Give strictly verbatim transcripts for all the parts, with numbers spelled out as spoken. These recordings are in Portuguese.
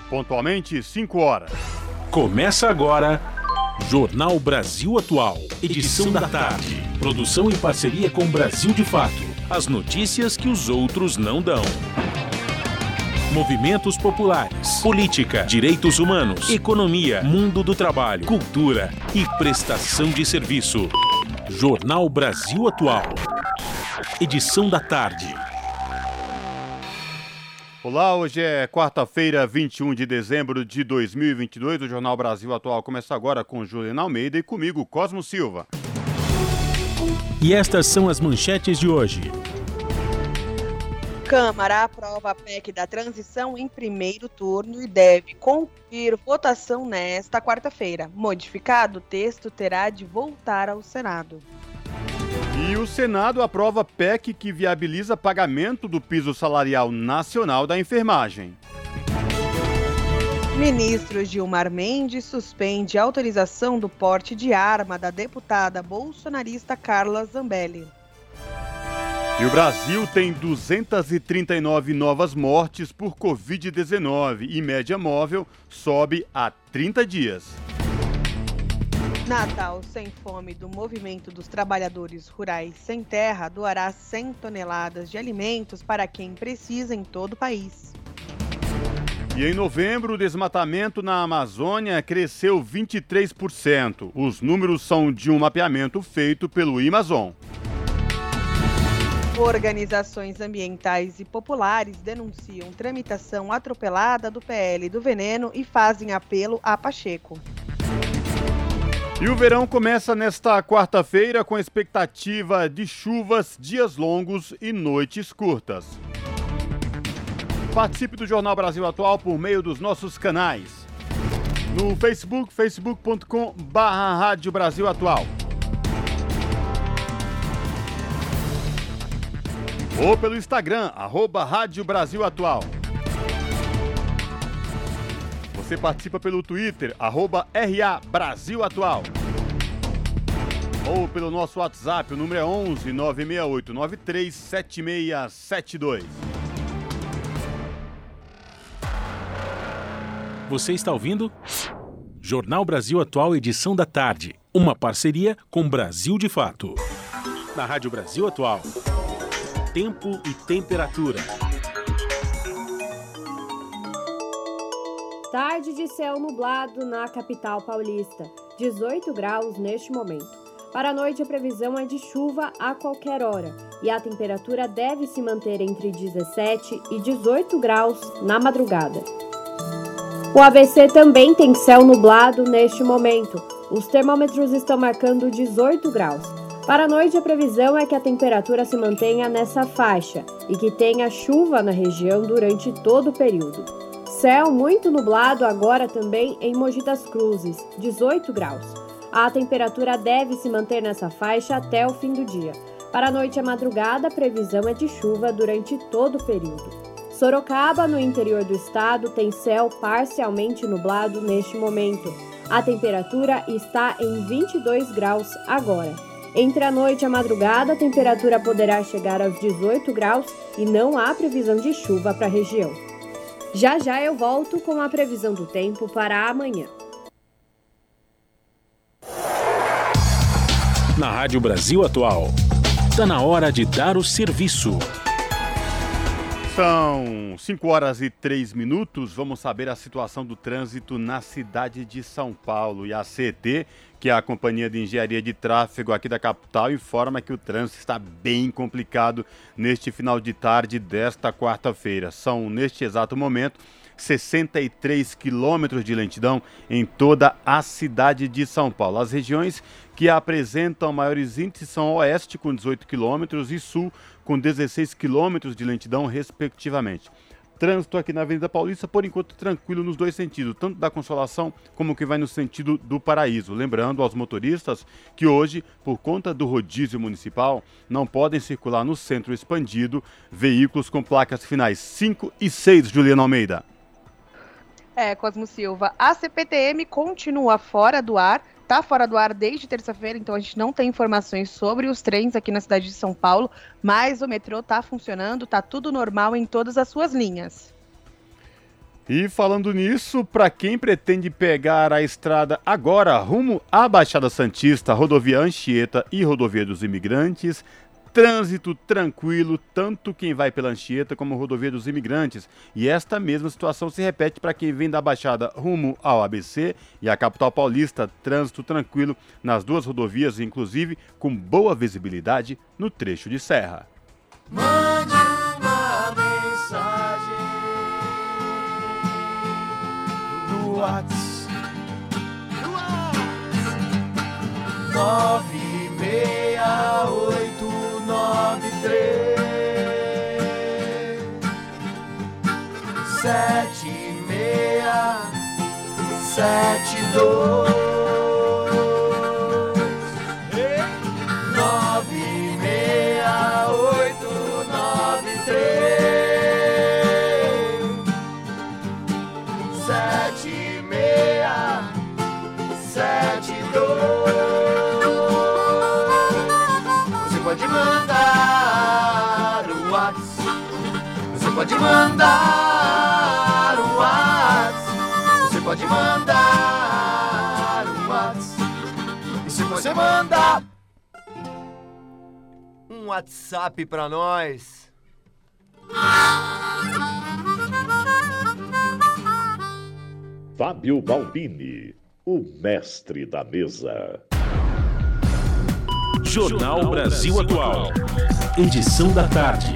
Pontualmente, cinco horas. Começa agora, Jornal Brasil Atual, edição da tarde. Produção em parceria com Brasil de Fato. As notícias que os outros não dão. Movimentos populares, política, direitos humanos, economia, mundo do trabalho, cultura e prestação de serviço. Jornal Brasil Atual, edição da tarde. Olá, hoje é quarta-feira, vinte e um de dezembro de dois mil e vinte e dois. O Jornal Brasil Atual começa agora com Juliana Almeida e comigo, Cosmo Silva. E estas são as manchetes de hoje. Câmara aprova a P E C da transição em primeiro turno e deve concluir votação nesta quarta-feira. Modificado, o texto terá de voltar ao Senado. E o Senado aprova P E C que viabiliza pagamento do piso salarial nacional da enfermagem. Ministro Gilmar Mendes suspende a autorização do porte de arma da deputada bolsonarista Carla Zambelli. E o Brasil tem duzentas e trinta e nove novas mortes por covid dezenove e média móvel sobe a trinta dias. Natal Sem Fome do Movimento dos Trabalhadores Rurais Sem Terra doará cem toneladas de alimentos para quem precisa em todo o país. E em novembro, o desmatamento na Amazônia cresceu vinte e três por cento. Os números são de um mapeamento feito pelo Amazon. Organizações ambientais e populares denunciam tramitação atropelada do P L do veneno e fazem apelo a Pacheco. E o verão começa nesta quarta-feira com expectativa de chuvas, dias longos e noites curtas. Participe do Jornal Brasil Atual por meio dos nossos canais. No Facebook, facebook ponto com barra Rádio Brasil Atual. Ou pelo Instagram, arroba Rádio Brasil Atual. Você participa pelo Twitter, arroba R A Brasil Atual. Ou pelo nosso WhatsApp, o número é onze nove seis oito nove três sete seis sete dois. Você está ouvindo? Jornal Brasil Atual, edição da tarde. Uma parceria com Brasil de Fato. Na Rádio Brasil Atual. Tempo e temperatura. Tarde de céu nublado na capital paulista, dezoito graus neste momento. Para a noite a previsão é de chuva a qualquer hora e a temperatura deve se manter entre dezessete e dezoito graus na madrugada. O A B C também tem céu nublado neste momento. Os termômetros estão marcando dezoito graus. Para a noite, a previsão é que a temperatura se mantenha nessa faixa e que tenha chuva na região durante todo o período. Céu muito nublado agora também em Mogi das Cruzes, dezoito graus. A temperatura deve se manter nessa faixa até o fim do dia. Para a noite e a madrugada, a previsão é de chuva durante todo o período. Sorocaba, no interior do estado, tem céu parcialmente nublado neste momento. A temperatura está em vinte e dois graus agora. Entre a noite e a madrugada, a temperatura poderá chegar aos dezoito graus e não há previsão de chuva para a região. Já já eu volto com a previsão do tempo para amanhã. Na Rádio Brasil Atual, está na hora de dar o serviço. São cinco horas e três minutos. Vamos saber a situação do trânsito na cidade de São Paulo. E a C E T, que é a Companhia de Engenharia de Tráfego aqui da capital, informa que o trânsito está bem complicado neste final de tarde desta quarta-feira. São, neste exato momento, sessenta e três quilômetros de lentidão em toda a cidade de São Paulo. As regiões que apresentam maiores índices são Oeste, com dezoito quilômetros, e Sul, com dezesseis quilômetros de lentidão, respectivamente. Trânsito aqui na Avenida Paulista, por enquanto, tranquilo nos dois sentidos, tanto da Consolação como que vai no sentido do Paraíso. Lembrando aos motoristas que hoje, por conta do rodízio municipal, não podem circular no centro expandido veículos com placas finais cinco e seis, Juliana Almeida. É, Cosmo Silva, a C P T M continua fora do ar, tá fora do ar desde terça-feira, então a gente não tem informações sobre os trens aqui na cidade de São Paulo, mas o metrô tá funcionando, tá tudo normal em todas as suas linhas. E falando nisso, para quem pretende pegar a estrada agora rumo à Baixada Santista, rodovia Anchieta e rodovia dos Imigrantes, trânsito tranquilo, tanto quem vai pela Anchieta como rodovia dos Imigrantes. E esta mesma situação se repete para quem vem da Baixada rumo ao A B C e a capital paulista, trânsito tranquilo nas duas rodovias, inclusive com boa visibilidade no trecho de serra. Mande uma mensagem no WhatsApp nove seis oito nove três sete seis sete dois nove seis oito nove três sete seis sete dois. Pode mandar o WhatsApp, você pode mandar o WhatsApp, você pode mandar o WhatsApp, e se você mandar um WhatsApp pra nós. Fábio Balbini, o mestre da mesa. Jornal Brasil Atual, edição da tarde.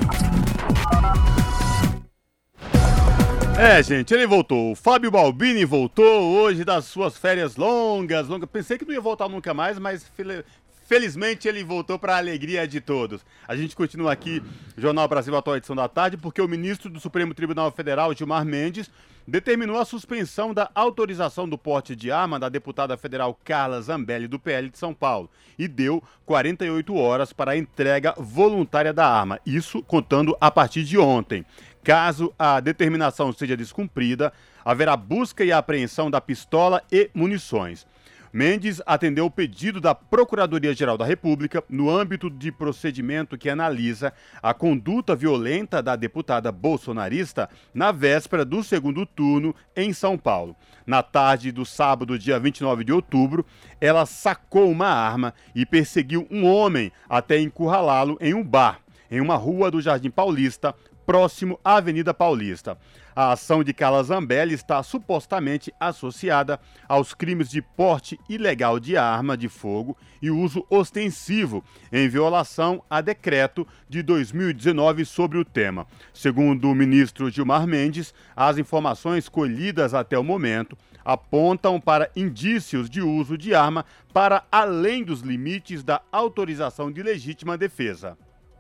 É, gente, ele voltou. O Fábio Balbini voltou hoje das suas férias longas, longas. Pensei que não ia voltar nunca mais, mas felizmente ele voltou para a alegria de todos. A gente continua aqui, Jornal Brasil Atual, edição da tarde, porque o ministro do Supremo Tribunal Federal, Gilmar Mendes, determinou a suspensão da autorização do porte de arma da deputada federal Carla Zambelli, do P L de São Paulo, e deu quarenta e oito horas para a entrega voluntária da arma, isso contando a partir de ontem. Caso a determinação seja descumprida, haverá busca e apreensão da pistola e munições. Mendes atendeu o pedido da Procuradoria-Geral da República no âmbito de procedimento que analisa a conduta violenta da deputada bolsonarista na véspera do segundo turno em São Paulo. Na tarde do sábado, dia vinte e nove de outubro, ela sacou uma arma e perseguiu um homem até encurralá-lo em um bar, em uma rua do Jardim Paulista, próximo à Avenida Paulista. A ação de Carla Zambelli está supostamente associada aos crimes de porte ilegal de arma de fogo e uso ostensivo, em violação a decreto de dois mil e dezenove sobre o tema. Segundo o ministro Gilmar Mendes, as informações colhidas até o momento apontam para indícios de uso de arma para além dos limites da autorização de legítima defesa.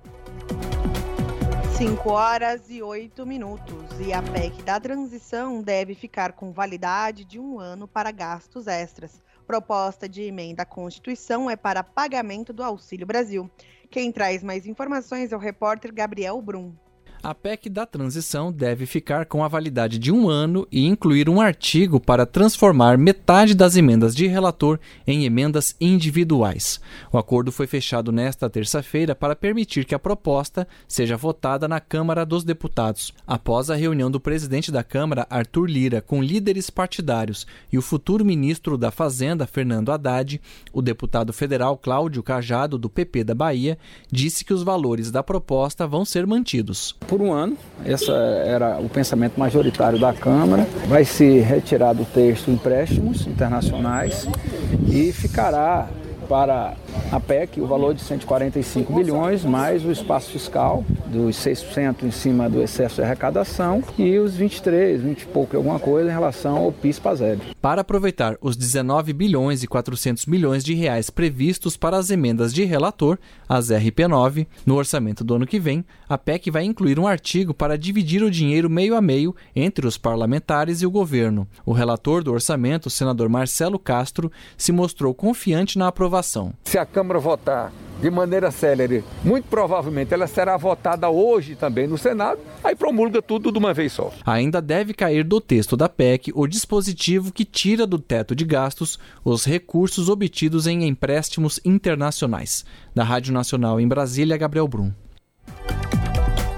cinco horas e oito minutos. E a P E C da transição deve ficar com validade de um ano para gastos extras. Proposta de emenda à Constituição é para pagamento do Auxílio Brasil. Quem traz mais informações é o repórter Gabriel Brum. A P E C da transição deve ficar com a validade de um ano e incluir um artigo para transformar metade das emendas de relator em emendas individuais. O acordo foi fechado nesta terça-feira para permitir que a proposta seja votada na Câmara dos Deputados. Após a reunião do presidente da Câmara, Arthur Lira, com líderes partidários e o futuro ministro da Fazenda, Fernando Haddad, o deputado federal Cláudio Cajado, do P P da Bahia, disse que os valores da proposta vão ser mantidos. Por um ano, esse era o pensamento majoritário da Câmara, vai se retirar do texto empréstimos internacionais e ficará para a P E C o valor de cento e quarenta e cinco bilhões, mais o espaço fiscal dos seis por cento em cima do excesso de arrecadação e os vinte e três, vinte e pouco alguma coisa em relação ao PIS/PASEB. Para aproveitar os dezenove bilhões e quatrocentos milhões de reais previstos para as emendas de relator, as R P nove, no orçamento do ano que vem, a P E C vai incluir um artigo para dividir o dinheiro meio a meio entre os parlamentares e o governo. O relator do orçamento, o senador Marcelo Castro, se mostrou confiante na aprovação. Se a Câmara votar de maneira célere, muito provavelmente ela será votada hoje também no Senado, aí promulga tudo de uma vez só. Ainda deve cair do texto da P E C o dispositivo que tira do teto de gastos os recursos obtidos em empréstimos internacionais. Da Rádio Nacional em Brasília, Gabriel Brum.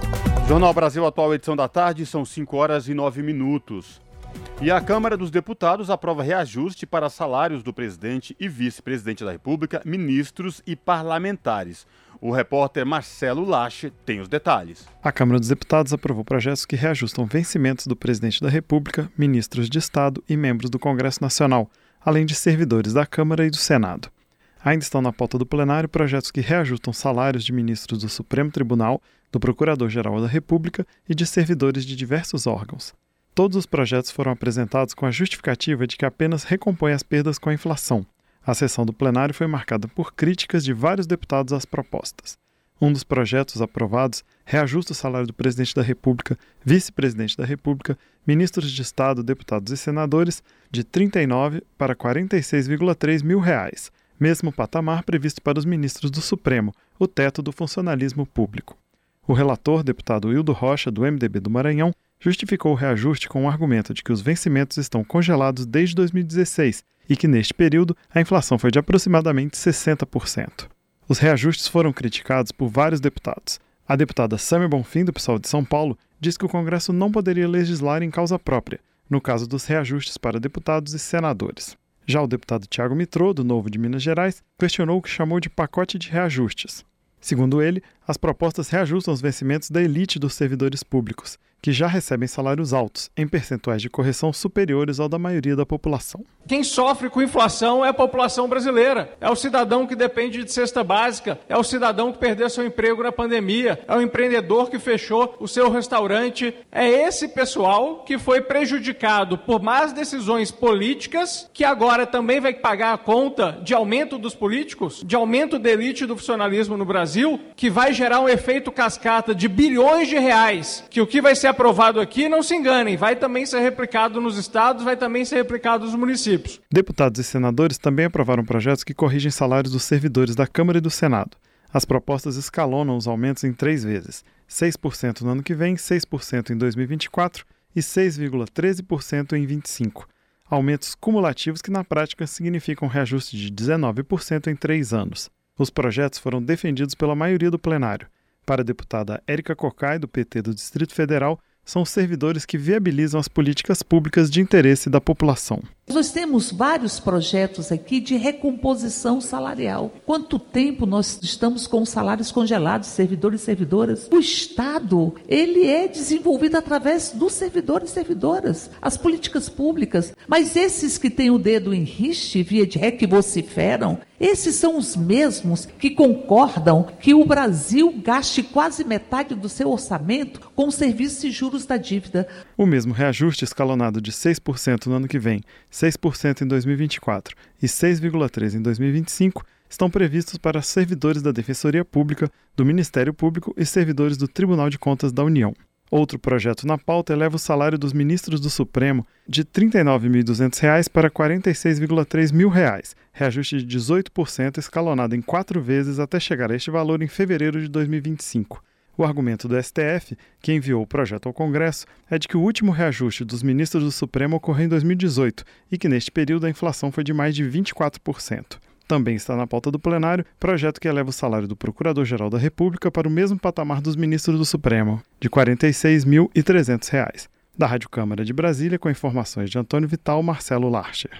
Jornal Brasil Atual, edição da tarde, são cinco horas e nove minutos. E a Câmara dos Deputados aprova reajuste para salários do presidente e vice-presidente da República, ministros e parlamentares. O repórter Marcelo Lache tem os detalhes. A Câmara dos Deputados aprovou projetos que reajustam vencimentos do presidente da República, ministros de Estado e membros do Congresso Nacional, além de servidores da Câmara e do Senado. Ainda estão na pauta do plenário projetos que reajustam salários de ministros do Supremo Tribunal, do Procurador-Geral da República e de servidores de diversos órgãos. Todos os projetos foram apresentados com a justificativa de que apenas recompõe as perdas com a inflação. A sessão do plenário foi marcada por críticas de vários deputados às propostas. Um dos projetos aprovados reajusta o salário do presidente da República, vice-presidente da República, ministros de Estado, deputados e senadores de trinta e nove para quarenta e seis vírgula três mil reais, mesmo patamar previsto para os ministros do Supremo, o teto do funcionalismo público. O relator, deputado Wildo Rocha, do M D B do Maranhão, justificou o reajuste com o argumento de que os vencimentos estão congelados desde dois mil e dezesseis e que, neste período, a inflação foi de aproximadamente sessenta por cento. Os reajustes foram criticados por vários deputados. A deputada Sâmia Bonfim, do P SOL de São Paulo, diz que o Congresso não poderia legislar em causa própria, no caso dos reajustes para deputados e senadores. Já o deputado Thiago Mitrô, do Novo de Minas Gerais, questionou o que chamou de pacote de reajustes. Segundo ele, as propostas reajustam os vencimentos da elite dos servidores públicos, que já recebem salários altos, em percentuais de correção superiores ao da maioria da população. Quem sofre com inflação é a população brasileira. É o cidadão que depende de cesta básica, é o cidadão que perdeu seu emprego na pandemia, é o empreendedor que fechou o seu restaurante. É esse pessoal que foi prejudicado por más decisões políticas, que agora também vai pagar a conta de aumento dos políticos, de aumento da elite do funcionalismo no Brasil, que vai gerar um efeito cascata de bilhões de reais, que o que vai ser aprovado aqui, não se enganem, vai também ser replicado nos estados, vai também ser replicado nos municípios. Deputados e senadores também aprovaram projetos que corrigem salários dos servidores da Câmara e do Senado. As propostas escalonam os aumentos em três vezes, seis por cento no ano que vem, seis por cento em dois mil e vinte e quatro e seis vírgula treze por cento em vinte e cinco. Aumentos cumulativos que na prática significam um reajuste de dezenove por cento em três anos. Os projetos foram defendidos pela maioria do plenário. Para a deputada Érica Cocai, do P T do Distrito Federal, são os servidores que viabilizam as políticas públicas de interesse da população. Nós temos vários projetos aqui de recomposição salarial. Quanto tempo nós estamos com salários congelados, servidores e servidoras? O Estado, ele é desenvolvido através dos servidores e servidoras, as políticas públicas. Mas esses que têm o dedo em riste, via de ré, que vociferam, esses são os mesmos que concordam que o Brasil gaste quase metade do seu orçamento com serviços e juros da dívida. O mesmo reajuste escalonado de seis por cento no ano que vem, seis por cento em dois mil e vinte e quatro e seis vírgula três por cento em dois mil e vinte e cinco estão previstos para servidores da Defensoria Pública, do Ministério Público e servidores do Tribunal de Contas da União. Outro projeto na pauta eleva o salário dos ministros do Supremo de trinta e nove mil e duzentos reais para quarenta e seis vírgula três mil reais, reajuste de dezoito por cento escalonado em quatro vezes até chegar a este valor em fevereiro de dois mil e vinte e cinco. O argumento do S T F, que enviou o projeto ao Congresso, é de que o último reajuste dos ministros do Supremo ocorreu em dois mil e dezoito e que neste período a inflação foi de mais de vinte e quatro por cento. Também está na pauta do plenário projeto que eleva o salário do Procurador-Geral da República para o mesmo patamar dos ministros do Supremo, de quarenta e seis mil e trezentos reais. Da Rádio Câmara de Brasília, com informações de Antônio Vital, Marcelo Larcher.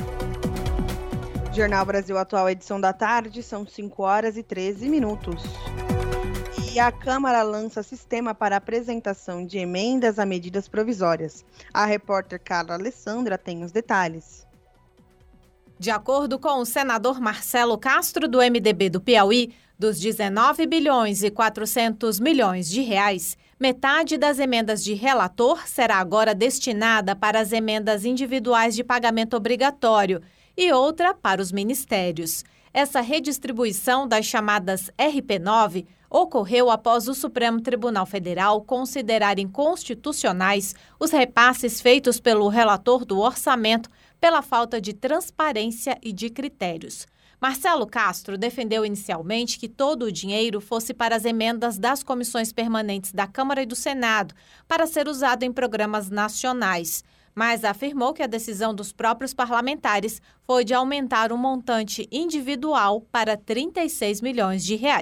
Jornal Brasil Atual, edição da tarde, são cinco horas e treze minutos. E a Câmara lança sistema para apresentação de emendas a medidas provisórias. A repórter Carla Alessandra tem os detalhes. De acordo com o senador Marcelo Castro, do M D B do Piauí, dos dezenove bilhões e quatrocentos milhões de reais, metade das emendas de relator será agora destinada para as emendas individuais de pagamento obrigatório e outra para os ministérios. Essa redistribuição das chamadas R P nove ocorreu após o Supremo Tribunal Federal considerar inconstitucionais os repasses feitos pelo relator do orçamento pela falta de transparência e de critérios. Marcelo Castro defendeu inicialmente que todo o dinheiro fosse para as emendas das comissões permanentes da Câmara e do Senado, para ser usado em programas nacionais, mas afirmou que a decisão dos próprios parlamentares foi de aumentar o montante individual para trinta e seis milhões de reais.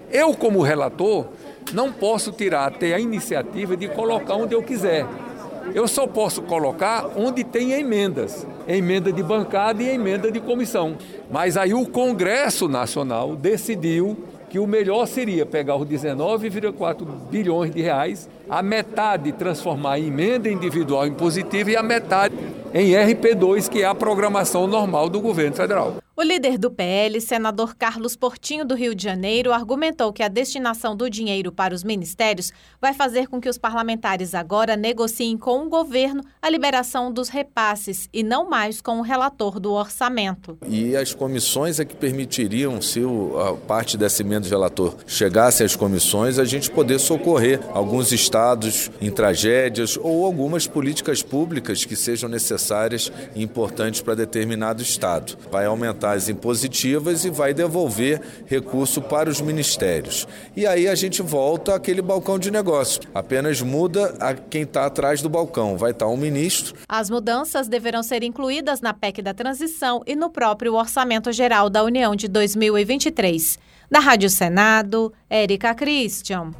Eu, como relator, não posso tirar até a iniciativa de colocar onde eu quiser. Eu só posso colocar onde tem emendas, emenda de bancada e emenda de comissão. Mas aí o Congresso Nacional decidiu que o melhor seria pegar os dezenove vírgula quatro bilhões de reais, a metade transformar em emenda individual impositiva e a metade em R P dois, que é a programação normal do governo federal. O líder do P L, senador Carlos Portinho, do Rio de Janeiro, argumentou que a destinação do dinheiro para os ministérios vai fazer com que os parlamentares agora negociem com o governo a liberação dos repasses e não mais com o relator do orçamento. E as comissões é que permitiriam, se a parte dessa emenda de relator chegasse às comissões, a gente poder socorrer alguns estados em tragédias ou algumas políticas públicas que sejam necessárias e importantes para determinado estado. Vai aumentar as impositivas e vai devolver recurso para os ministérios. E aí a gente volta àquele balcão de negócio. Apenas muda a quem está atrás do balcão. Vai estar um ministro. As mudanças deverão ser incluídas na P E C da transição e no próprio Orçamento Geral da União de dois mil e vinte e três. Da Rádio Senado, Érica Christian.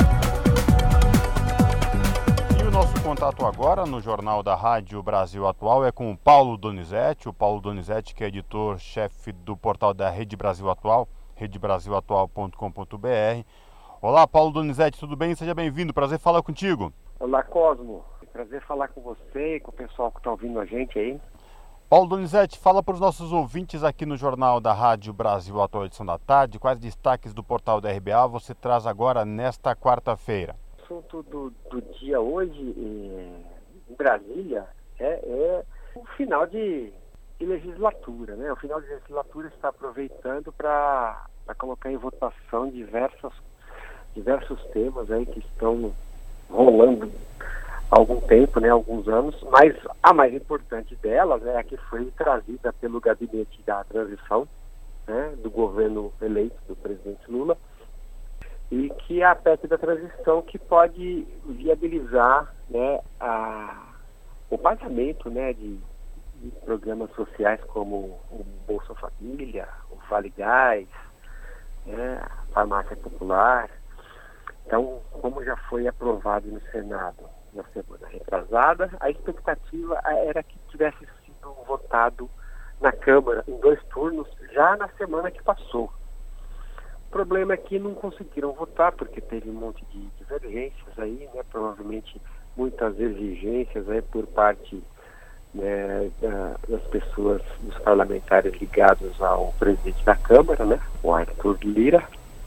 Nosso contato agora no Jornal da Rádio Brasil Atual é com o Paulo Donizete, o Paulo Donizete, que é editor-chefe do portal da Rede Brasil Atual, rede brasil atual ponto com ponto b r. Olá, Paulo Donizete, tudo bem? Seja bem-vindo, prazer falar contigo. Olá, Cosmo, prazer falar com você e com o pessoal que está ouvindo a gente aí. Paulo Donizete, fala para os nossos ouvintes aqui no Jornal da Rádio Brasil Atual, edição da tarde, quais destaques do portal da R B A você traz agora nesta quarta-feira? O assunto do, do dia hoje em Brasília é, é o final de, de legislatura, né? O final de legislatura está aproveitando para colocar em votação diversas, diversos temas aí que estão rolando há algum tempo, né? Alguns anos, mas a mais importante delas é a que foi trazida pelo gabinete da transição, né? Do governo eleito do presidente Lula, e que é a P E C da transição, que pode viabilizar, né, a, o pagamento, né, de, de programas sociais como o Bolsa Família, o Vale Gás, né, a Farmácia Popular. Então, como já foi aprovado no Senado na semana retrasada, a expectativa era que tivesse sido votado na Câmara em dois turnos já na semana que passou. O problema é que não conseguiram votar, porque teve um monte de divergências aí, né? Provavelmente muitas exigências aí por parte, né, das pessoas, dos parlamentares ligados ao presidente da Câmara, né, o Arthur Lira,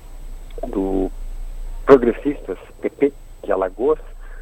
do Progressistas, P P, de Alagoas,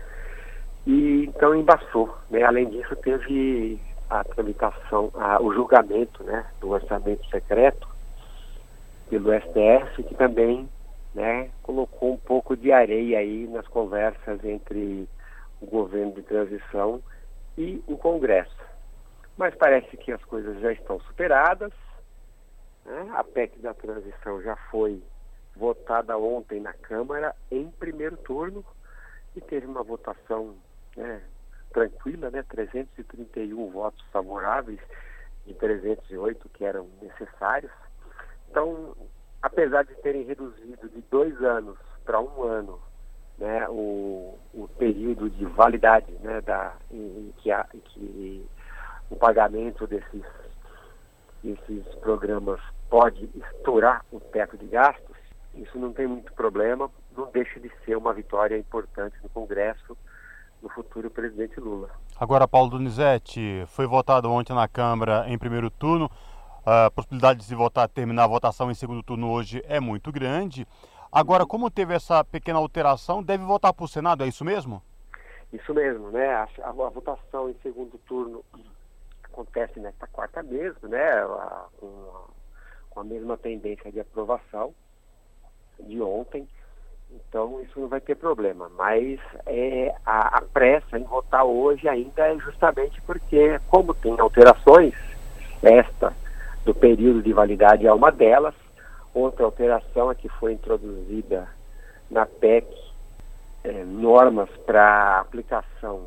e então embaçou, né? Além disso, teve a tramitação, a, o julgamento, né, do orçamento secreto pelo S T F, que também, né, colocou um pouco de areia aí nas conversas entre o governo de transição e o Congresso. Mas parece que as coisas já estão superadas, né? A P E C da transição já foi votada ontem na Câmara em primeiro turno e teve uma votação, né, tranquila, né, trezentos e trinta e um votos favoráveis de trezentos e oito que eram necessários. Então, apesar de terem reduzido de dois anos para um ano, né, o, o período de validade, né, da, em, em que, a, em que o pagamento desses, desses programas pode estourar o teto de gastos, isso não tem muito problema, não deixa de ser uma vitória importante no Congresso, no futuro presidente Lula. Agora, Paulo Donizete, foi votado ontem na Câmara em primeiro turno. A possibilidade de se votar, terminar a votação em segundo turno hoje é muito grande. Agora, como teve essa pequena alteração, deve votar para o Senado, é isso mesmo? Isso mesmo, né? A, a, a votação em segundo turno acontece nesta quarta mesmo, né? A, com, a, com a mesma tendência de aprovação de ontem. Então, isso não vai ter problema. Mas é, a, a pressa em votar hoje ainda é justamente porque, como tem alterações, esta do período de validade é uma delas. Outra alteração é que foi introduzida na P E C é, normas para aplicação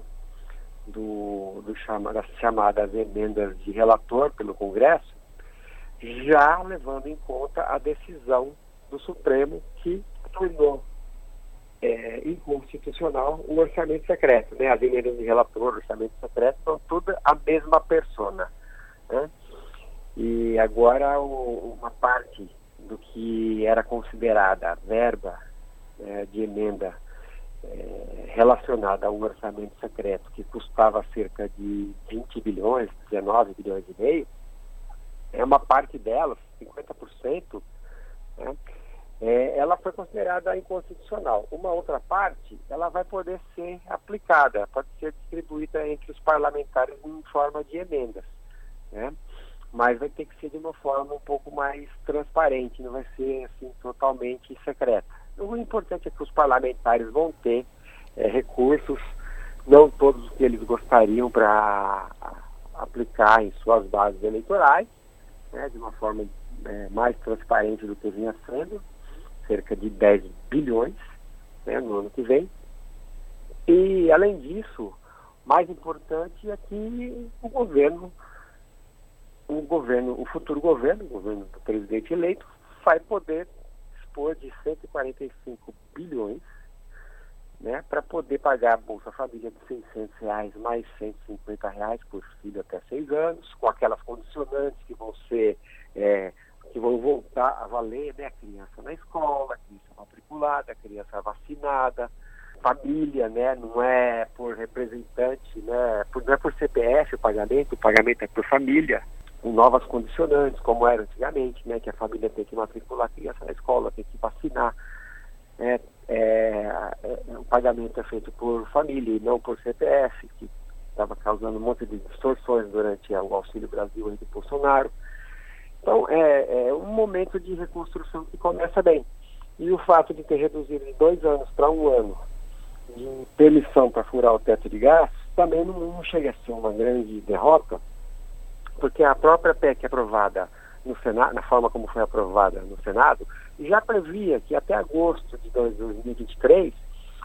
do, do chama, das chamadas emendas de relator pelo Congresso, já levando em conta a decisão do Supremo que tornou é, inconstitucional o orçamento secreto, né? As emendas de relator, orçamento secreto, são tudo a mesma persona, né? E agora o, uma parte do que era considerada verba é, de emenda é, relacionada ao orçamento secreto, que custava cerca de vinte bilhões, dezenove bilhões e meio, é uma parte delas, cinquenta por cento, né? É, ela foi considerada inconstitucional. Uma outra parte, ela vai poder ser aplicada, pode ser distribuída entre os parlamentares em forma de emendas, né? Mas vai ter que ser de uma forma um pouco mais transparente, não vai ser assim totalmente secreta. O importante é que os parlamentares vão ter é, recursos, não todos os que eles gostariam para aplicar em suas bases eleitorais, né, de uma forma é, mais transparente do que vinha sendo, cerca de dez bilhões, né, no ano que vem. E, além disso, mais importante é que o governo, o governo, o futuro governo, o governo do presidente eleito, vai poder dispor de cento e quarenta e cinco bilhões, né, para poder pagar a Bolsa Família de seiscentos reais mais cento e cinquenta reais por filho até seis anos, com aquelas condicionantes que vão ser... É, que vão voltar a valer, né? A criança na escola, a criança matriculada, a criança vacinada, família, né? Não é por representante, né? Por, não é por C P F o pagamento, o pagamento é por família, com novas condicionantes, como era antigamente, né? Que a família tem que matricular a criança na escola, tem que vacinar. É, é, é, o pagamento é feito por família e não por C P F, que estava causando um monte de distorções durante o Auxílio Brasil aí do Bolsonaro. Então, é, é um momento de reconstrução que começa bem. E o fato de ter reduzido de dois anos para um ano de permissão para furar o teto de gastos também não, não chega a ser uma grande derrota, porque a própria P E C aprovada no Senado, na forma como foi aprovada no Senado, já previa que até agosto de dois mil e vinte e três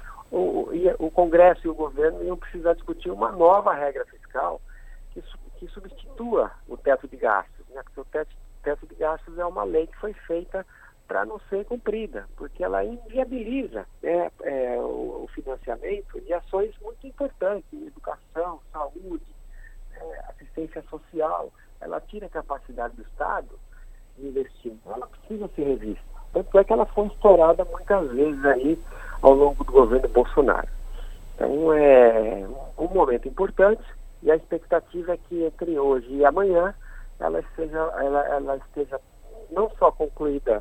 o, o Congresso e o governo iam precisar discutir uma nova regra fiscal que, que substitua o teto de gastos, né? Porque o teto teto de gastos é uma lei que foi feita para não ser cumprida, porque ela inviabiliza, né, é, o, o financiamento de ações muito importantes, educação, saúde, é, assistência social. Ela tira a capacidade do Estado de investir. Ela precisa ser revista. Tanto é que ela foi estourada muitas vezes aí ao longo do governo Bolsonaro. Então é um momento importante e a expectativa é que entre hoje e amanhã ela esteja, ela, ela esteja não só concluída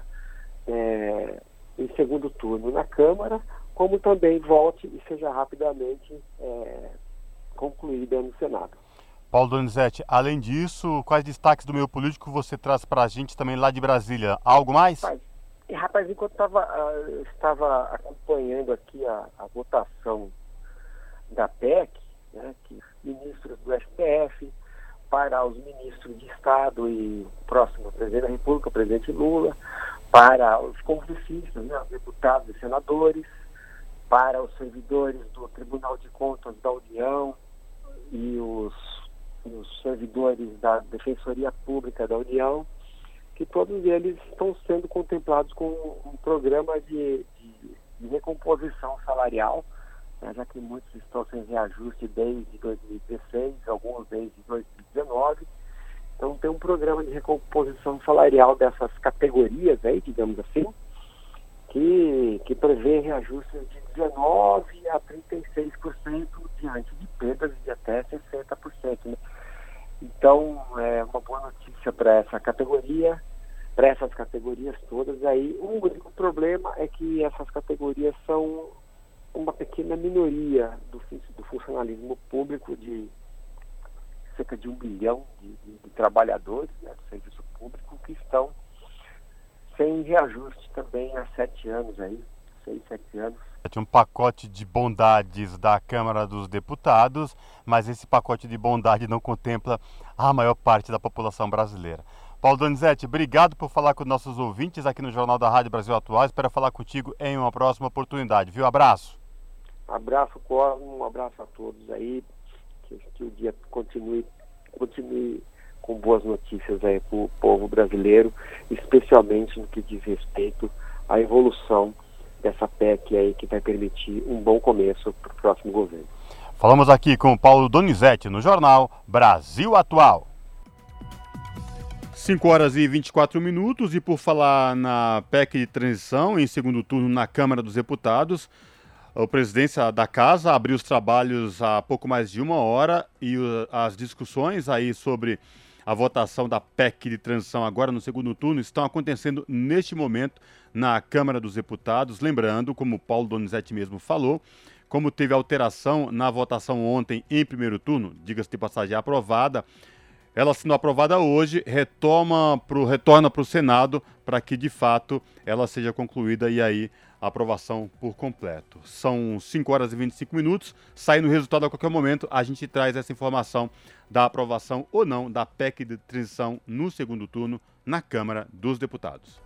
é, em segundo turno na Câmara, como também volte e seja rapidamente é, concluída no Senado. Paulo Donizete, além disso, quais destaques do meio político você traz para a gente também lá de Brasília? Algo mais? Rapaz, rapaz enquanto tava, uh, eu estava acompanhando aqui a, a votação da P E C, né, que ministros do S T F, para os ministros de Estado e o próximo presidente da República, o presidente Lula, para os congressistas, né, os deputados e senadores, para os servidores do Tribunal de Contas da União e os, os servidores da Defensoria Pública da União, que todos eles estão sendo contemplados com um programa de, de, de recomposição salarial, já que muitos estão sem reajuste desde dois mil e dezesseis, alguns desde dois mil e dezenove. Então tem um programa de recomposição salarial dessas categorias aí, digamos assim, que, que prevê reajustes de dezenove por cento a trinta e seis por cento diante de perdas de até sessenta por cento. Né? Então é uma boa notícia para essa categoria, para essas categorias todas. Aí o único problema é que essas categorias são uma pequena minoria do, do funcionalismo público, de cerca de um bilhão de, de, de trabalhadores, né, do serviço público, que estão sem reajuste também há sete anos aí, seis, sete anos. Um pacote de bondades da Câmara dos Deputados, mas esse pacote de bondade não contempla a maior parte da população brasileira. Paulo Donizete, obrigado por falar com nossos ouvintes aqui no Jornal da Rádio Brasil Atual. Espero falar contigo em uma próxima oportunidade, viu? Abraço. Abraço, Cosmo, um abraço a todos aí, que, que o dia continue, continue com boas notícias aí para o povo brasileiro, especialmente no que diz respeito a evolução dessa P E C aí que vai permitir um bom começo para o próximo governo. Falamos aqui com o Paulo Donizete no Jornal Brasil Atual. cinco horas e vinte e quatro minutos, e por falar na P E C de transição, em segundo turno na Câmara dos Deputados, a presidência da Casa abriu os trabalhos há pouco mais de uma hora e uh, as discussões aí sobre a votação da P E C de transição agora no segundo turno estão acontecendo neste momento na Câmara dos Deputados. Lembrando, como o Paulo Donizete mesmo falou, como teve alteração na votação ontem em primeiro turno, diga-se de passagem aprovada, ela sendo aprovada hoje, retoma pro, retorna para o Senado para que de fato ela seja concluída e aí a aprovação por completo. São cinco horas e vinte e cinco minutos, saindo o resultado a qualquer momento, a gente traz essa informação da aprovação ou não da P E C de transição no segundo turno na Câmara dos Deputados.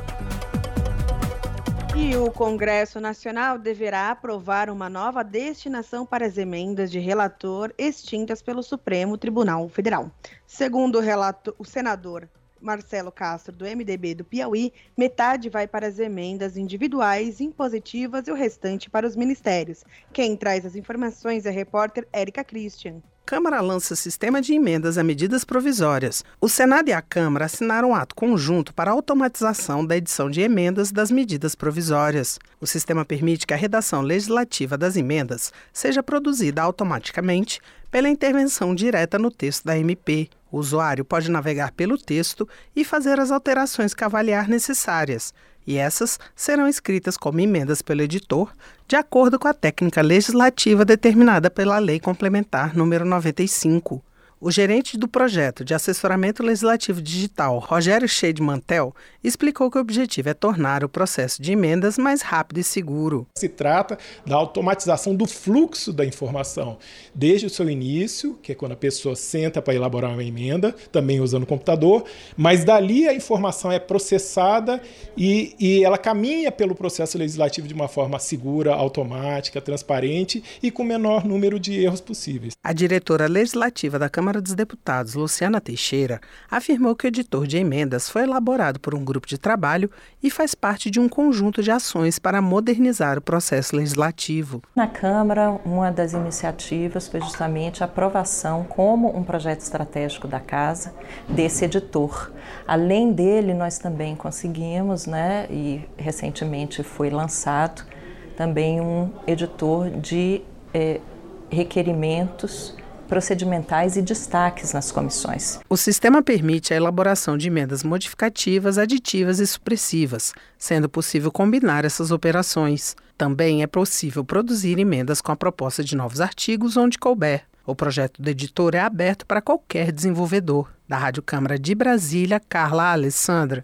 E o Congresso Nacional deverá aprovar uma nova destinação para as emendas de relator extintas pelo Supremo Tribunal Federal. Segundo o, relator, o senador Marcelo Castro, do M D B do Piauí, metade vai para as emendas individuais, impositivas e o restante para os ministérios. Quem traz as informações é a repórter Érica Christian. Câmara lança sistema de emendas a medidas provisórias. O Senado e a Câmara assinaram um ato conjunto para a automatização da edição de emendas das medidas provisórias. O sistema permite que a redação legislativa das emendas seja produzida automaticamente pela intervenção direta no texto da M P. O usuário pode navegar pelo texto e fazer as alterações que avaliar necessárias, e essas serão escritas como emendas pelo editor, de acordo com a técnica legislativa determinada pela Lei Complementar número noventa e cinco. O gerente do projeto de assessoramento legislativo digital, Rogério Cheide Mantel, explicou que o objetivo é tornar o processo de emendas mais rápido e seguro. Se trata da automatização do fluxo da informação, desde o seu início, que é quando a pessoa senta para elaborar uma emenda, também usando o computador, mas dali a informação é processada e, e ela caminha pelo processo legislativo de uma forma segura, automática, transparente e com o menor número de erros possíveis. A diretora legislativa da Câmara Câmara dos Deputados, Luciana Teixeira, afirmou que o editor de emendas foi elaborado por um grupo de trabalho e faz parte de um conjunto de ações para modernizar o processo legislativo. Na Câmara, uma das iniciativas foi justamente a aprovação como um projeto estratégico da Casa desse editor. Além dele, nós também conseguimos, né, e recentemente foi lançado, também um editor de eh, requerimentos procedimentais e destaques nas comissões. O sistema permite a elaboração de emendas modificativas, aditivas e supressivas, sendo possível combinar essas operações. Também é possível produzir emendas com a proposta de novos artigos onde couber. O projeto do editor é aberto para qualquer desenvolvedor. Da Rádio Câmara de Brasília, Carla Alessandra.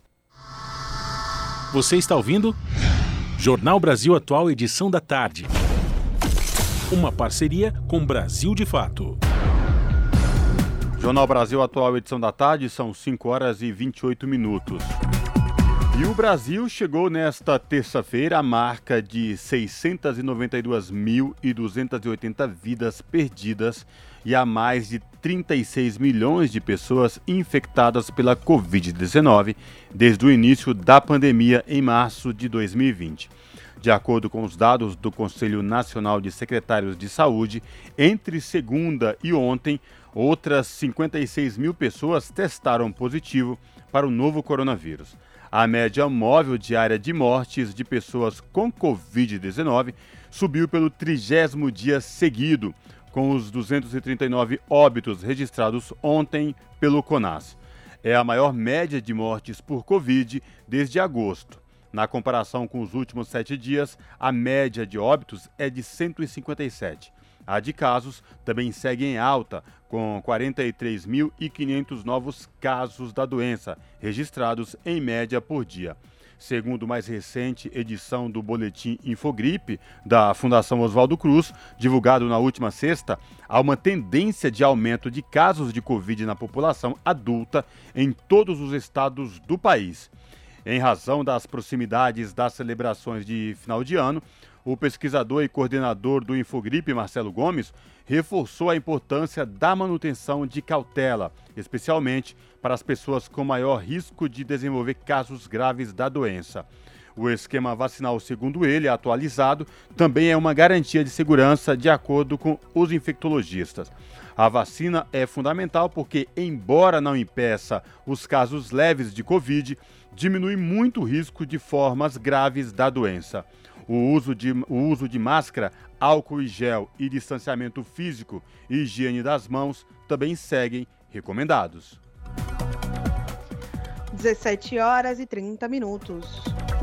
Você está ouvindo? Jornal Brasil Atual, edição da tarde. Uma parceria com Brasil de Fato. Jornal Brasil Atual, edição da tarde, são cinco horas e vinte e oito minutos. E o Brasil chegou nesta terça-feira à marca de seiscentas e noventa e duas mil duzentas e oitenta vidas perdidas e a mais de trinta e seis milhões de pessoas infectadas pela covid dezenove desde o início da pandemia em março de dois mil e vinte. De acordo com os dados do Conselho Nacional de Secretários de Saúde, entre segunda e ontem, outras cinquenta e seis mil pessoas testaram positivo para o novo coronavírus. A média móvel diária de mortes de pessoas com covid dezenove subiu pelo trigésimo dia seguido, com os duzentos e trinta e nove óbitos registrados ontem pelo CONAS. É a maior média de mortes por Covid desde agosto. Na comparação com os últimos sete dias, a média de óbitos é de cento e cinquenta e sete. A de casos também segue em alta, com quarenta e três mil e quinhentos novos casos da doença, registrados em média por dia. Segundo a mais recente edição do Boletim Infogripe, da Fundação Oswaldo Cruz, divulgado na última sexta, há uma tendência de aumento de casos de Covid na população adulta em todos os estados do país. Em razão das proximidades das celebrações de final de ano, o pesquisador e coordenador do Infogripe, Marcelo Gomes, reforçou a importância da manutenção de cautela, especialmente para as pessoas com maior risco de desenvolver casos graves da doença. O esquema vacinal, segundo ele, atualizado, também é uma garantia de segurança, de acordo com os infectologistas. A vacina é fundamental porque, embora não impeça os casos leves de Covid, diminui muito o risco de formas graves da doença. O uso de, o uso de máscara, álcool e gel e distanciamento físico e higiene das mãos também seguem recomendados. dezessete horas e trinta minutos.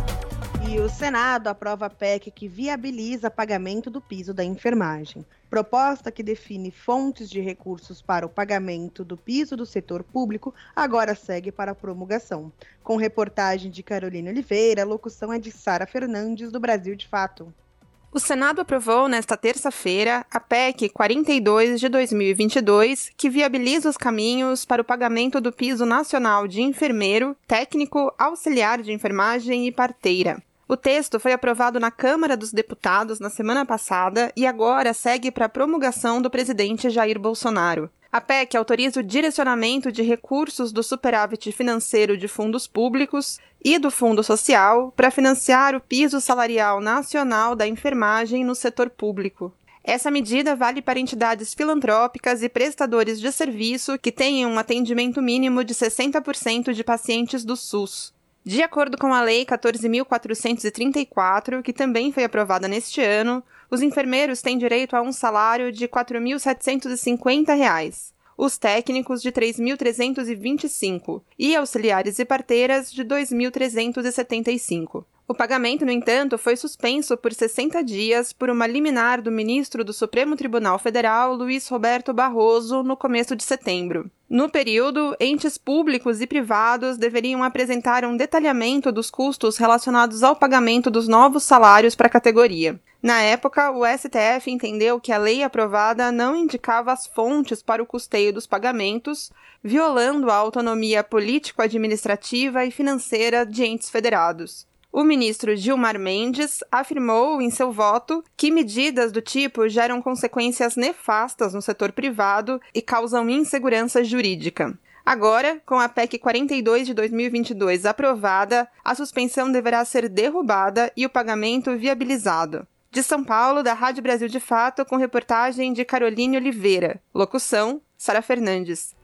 E o Senado aprova a P E C que viabiliza pagamento do piso da enfermagem. Proposta que define fontes de recursos para o pagamento do piso do setor público agora segue para a promulgação. Com reportagem de Carolina Oliveira, a locução é de Sara Fernandes, do Brasil de Fato. O Senado aprovou nesta terça-feira a P E C quarenta e dois de dois mil e vinte e dois, que viabiliza os caminhos para o pagamento do piso nacional de enfermeiro, técnico, auxiliar de enfermagem e parteira. O texto foi aprovado na Câmara dos Deputados na semana passada e agora segue para a promulgação do presidente Jair Bolsonaro. A P E C autoriza o direcionamento de recursos do superávit financeiro de fundos públicos e do Fundo Social para financiar o piso salarial nacional da enfermagem no setor público. Essa medida vale para entidades filantrópicas e prestadores de serviço que tenham um atendimento mínimo de sessenta por cento de pacientes do SUS. De acordo com a Lei quatorze mil quatrocentos e trinta e quatro, que também foi aprovada neste ano, os enfermeiros têm direito a um salário de quatro mil setecentos e cinquenta reais, os técnicos de três mil trezentos e vinte e cinco e auxiliares e parteiras de dois mil trezentos e setenta e cinco. O pagamento, no entanto, foi suspenso por sessenta dias por uma liminar do ministro do Supremo Tribunal Federal, Luiz Roberto Barroso, no começo de setembro. No período, entes públicos e privados deveriam apresentar um detalhamento dos custos relacionados ao pagamento dos novos salários para a categoria. Na época, o S T F entendeu que a lei aprovada não indicava as fontes para o custeio dos pagamentos, violando a autonomia político-administrativa e financeira de entes federados. O ministro Gilmar Mendes afirmou em seu voto que medidas do tipo geram consequências nefastas no setor privado e causam insegurança jurídica. Agora, com a P E C quarenta e dois de dois mil e vinte e dois aprovada, a suspensão deverá ser derrubada e o pagamento viabilizado. De São Paulo, da Rádio Brasil de Fato, com reportagem de Caroline Oliveira. Locução, Sara Fernandes.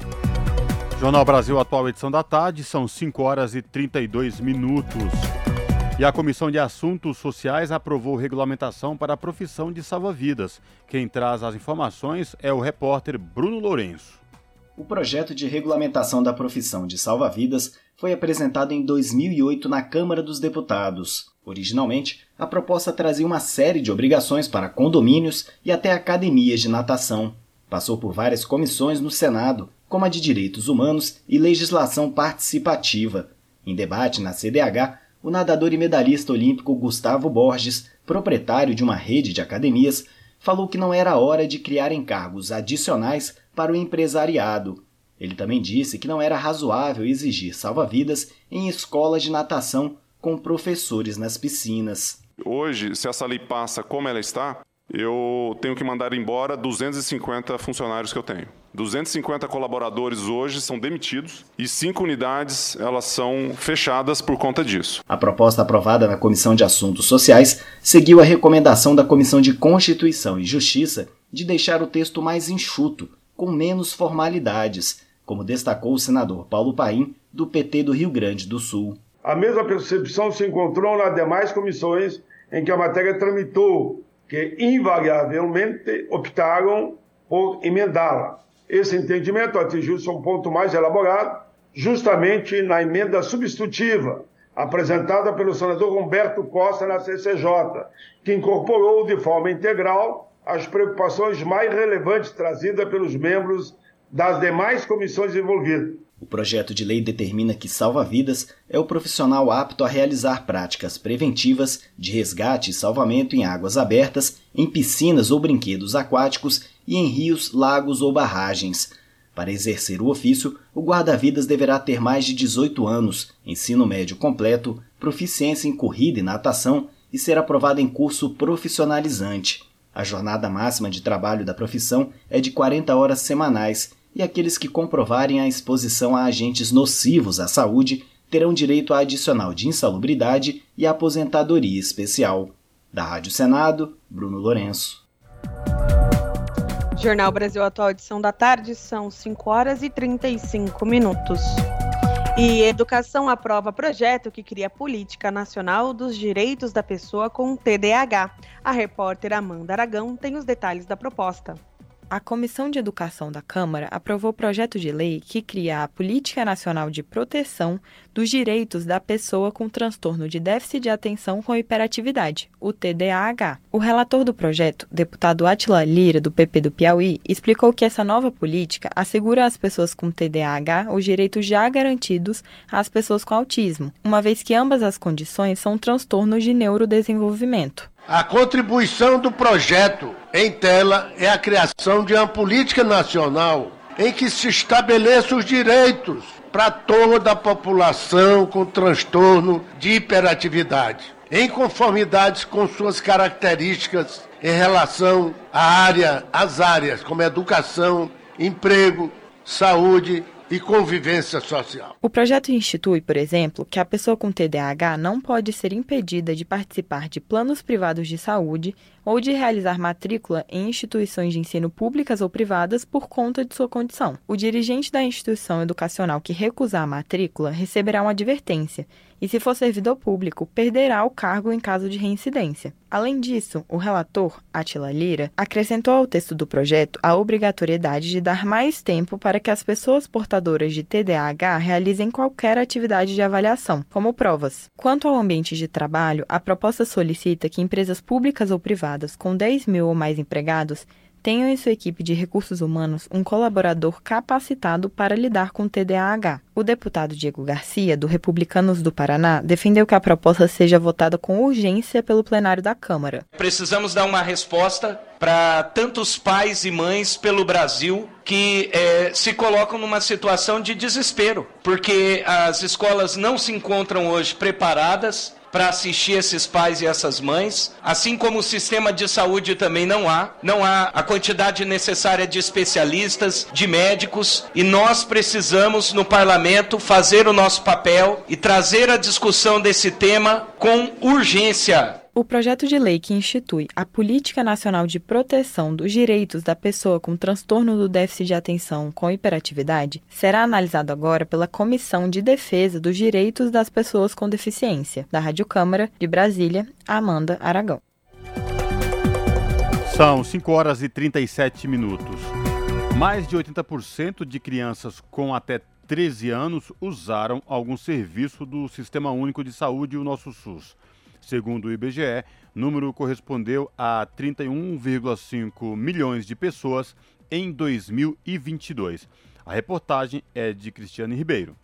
Jornal Brasil Atual, edição da tarde, são cinco horas e trinta e dois minutos. E a Comissão de Assuntos Sociais aprovou regulamentação para a profissão de salva-vidas. Quem traz as informações é o repórter Bruno Lourenço. O projeto de regulamentação da profissão de salva-vidas foi apresentado em dois mil e oito na Câmara dos Deputados. Originalmente, a proposta trazia uma série de obrigações para condomínios e até academias de natação. Passou por várias comissões no Senado, como a de Direitos Humanos e Legislação Participativa. Em debate na C D H, o nadador e medalhista olímpico Gustavo Borges, proprietário de uma rede de academias, falou que não era hora de criar encargos adicionais para o empresariado. Ele também disse que não era razoável exigir salva-vidas em escolas de natação com professores nas piscinas. Hoje, se essa lei passa como ela está, eu tenho que mandar embora duzentos e cinquenta funcionários que eu tenho. duzentos e cinquenta colaboradores hoje são demitidos e cinco unidades elas são fechadas por conta disso. A proposta aprovada na Comissão de Assuntos Sociais seguiu a recomendação da Comissão de Constituição e Justiça de deixar o texto mais enxuto, com menos formalidades, como destacou o senador Paulo Paim, do P T do Rio Grande do Sul. A mesma percepção se encontrou nas demais comissões em que a matéria tramitou, que invariavelmente optaram por emendá-la. Esse entendimento atingiu-se um ponto mais elaborado, justamente na emenda substitutiva, apresentada pelo senador Humberto Costa na C C J, que incorporou de forma integral as preocupações mais relevantes trazidas pelos membros das demais comissões envolvidas. O projeto de lei determina que salva-vidas é o profissional apto a realizar práticas preventivas de resgate e salvamento em águas abertas, em piscinas ou brinquedos aquáticos e em rios, lagos ou barragens. Para exercer o ofício, o guarda-vidas deverá ter mais de dezoito anos, ensino médio completo, proficiência em corrida e natação e ser aprovado em curso profissionalizante. A jornada máxima de trabalho da profissão é de quarenta horas semanais, e aqueles que comprovarem a exposição a agentes nocivos à saúde terão direito a adicional de insalubridade e aposentadoria especial. Da Rádio Senado, Bruno Lourenço. Jornal Brasil Atual, edição da tarde, são cinco horas e trinta e cinco minutos. E Educação aprova projeto que cria Política Nacional dos Direitos da Pessoa com T D A H. A repórter Amanda Aragão tem os detalhes da proposta. A Comissão de Educação da Câmara aprovou o projeto de lei que cria a Política Nacional de Proteção dos Direitos da Pessoa com Transtorno de Déficit de Atenção com Hiperatividade, o T D A H. O relator do projeto, deputado Átila Lira, do P P do Piauí, explicou que essa nova política assegura às pessoas com T D A H os direitos já garantidos às pessoas com autismo, uma vez que ambas as condições são transtornos de neurodesenvolvimento. A contribuição do projeto em tela é a criação de uma política nacional em que se estabeleçam os direitos para toda a população com transtorno de hiperatividade, em conformidade com suas características em relação à área, às áreas como educação, emprego, saúde e convivência social. O projeto institui, por exemplo, que a pessoa com T D A H não pode ser impedida de participar de planos privados de saúde ou de realizar matrícula em instituições de ensino públicas ou privadas por conta de sua condição. O dirigente da instituição educacional que recusar a matrícula receberá uma advertência e, se for servidor público, perderá o cargo em caso de reincidência. Além disso, o relator, Átila Lira, acrescentou ao texto do projeto a obrigatoriedade de dar mais tempo para que as pessoas portadoras de T D A H realizem qualquer atividade de avaliação, como provas. Quanto ao ambiente de trabalho, a proposta solicita que empresas públicas ou privadas com dez mil ou mais empregados tenham em sua equipe de recursos humanos um colaborador capacitado para lidar com T D A H. O deputado Diego Garcia, do Republicanos do Paraná, defendeu que a proposta seja votada com urgência pelo plenário da Câmara. Precisamos dar uma resposta para tantos pais e mães pelo Brasil que é, se colocam numa situação de desespero, porque as escolas não se encontram hoje preparadas para assistir esses pais e essas mães, assim como o sistema de saúde também não há, não há a quantidade necessária de especialistas, de médicos, e nós precisamos no parlamento fazer o nosso papel e trazer a discussão desse tema com urgência. O projeto de lei que institui a Política Nacional de Proteção dos Direitos da Pessoa com Transtorno do Déficit de Atenção com Hiperatividade será analisado agora pela Comissão de Defesa dos Direitos das Pessoas com Deficiência. Da Rádio Câmara, de Brasília, Amanda Aragão. São cinco horas e trinta e sete minutos. Mais de oitenta por cento de crianças com até treze anos usaram algum serviço do Sistema Único de Saúde, o nosso SUS. Segundo o I B G E, o número correspondeu a trinta e um vírgula cinco milhões de pessoas em dois mil e vinte e dois. A reportagem é de Cristiane Ribeiro.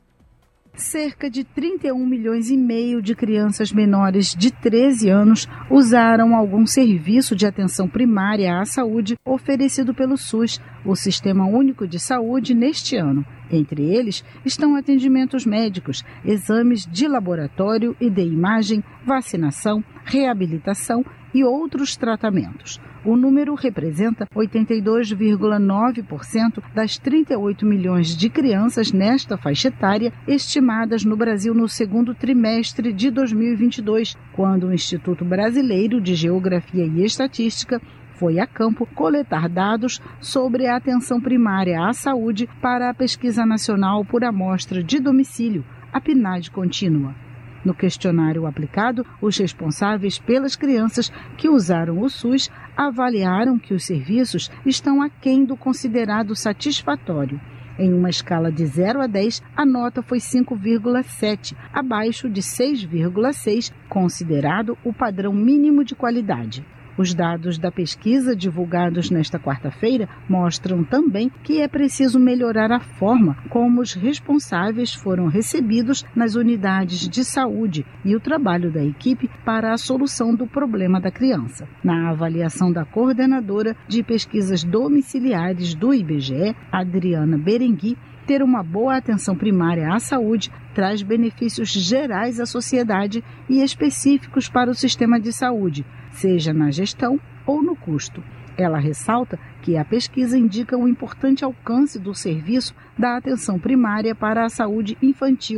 Cerca de trinta e um milhões e meio de crianças menores de treze anos usaram algum serviço de atenção primária à saúde oferecido pelo SUS, o Sistema Único de Saúde, neste ano. Entre eles estão atendimentos médicos, exames de laboratório e de imagem, vacinação, reabilitação e outros tratamentos. O número representa oitenta e dois vírgula nove por cento das trinta e oito milhões de crianças nesta faixa etária estimadas no Brasil no segundo trimestre de dois mil e vinte e dois, quando o Instituto Brasileiro de Geografia e Estatística foi a campo coletar dados sobre a atenção primária à saúde para a Pesquisa Nacional por Amostra de Domicílio, a PNAD contínua. No questionário aplicado, os responsáveis pelas crianças que usaram o SUS avaliaram que os serviços estão aquém do considerado satisfatório. Em uma escala de zero a dez, a nota foi cinco vírgula sete, abaixo de seis vírgula seis, considerado o padrão mínimo de qualidade. Os dados da pesquisa divulgados nesta quarta-feira mostram também que é preciso melhorar a forma como os responsáveis foram recebidos nas unidades de saúde e o trabalho da equipe para a solução do problema da criança. Na avaliação da coordenadora de pesquisas domiciliares do I B G E, Adriana Berengui, ter uma boa atenção primária à saúde traz benefícios gerais à sociedade e específicos para o sistema de saúde, seja na gestão ou no custo. Ela ressalta que a pesquisa indica um importante alcance do serviço da atenção primária para a saúde infantil,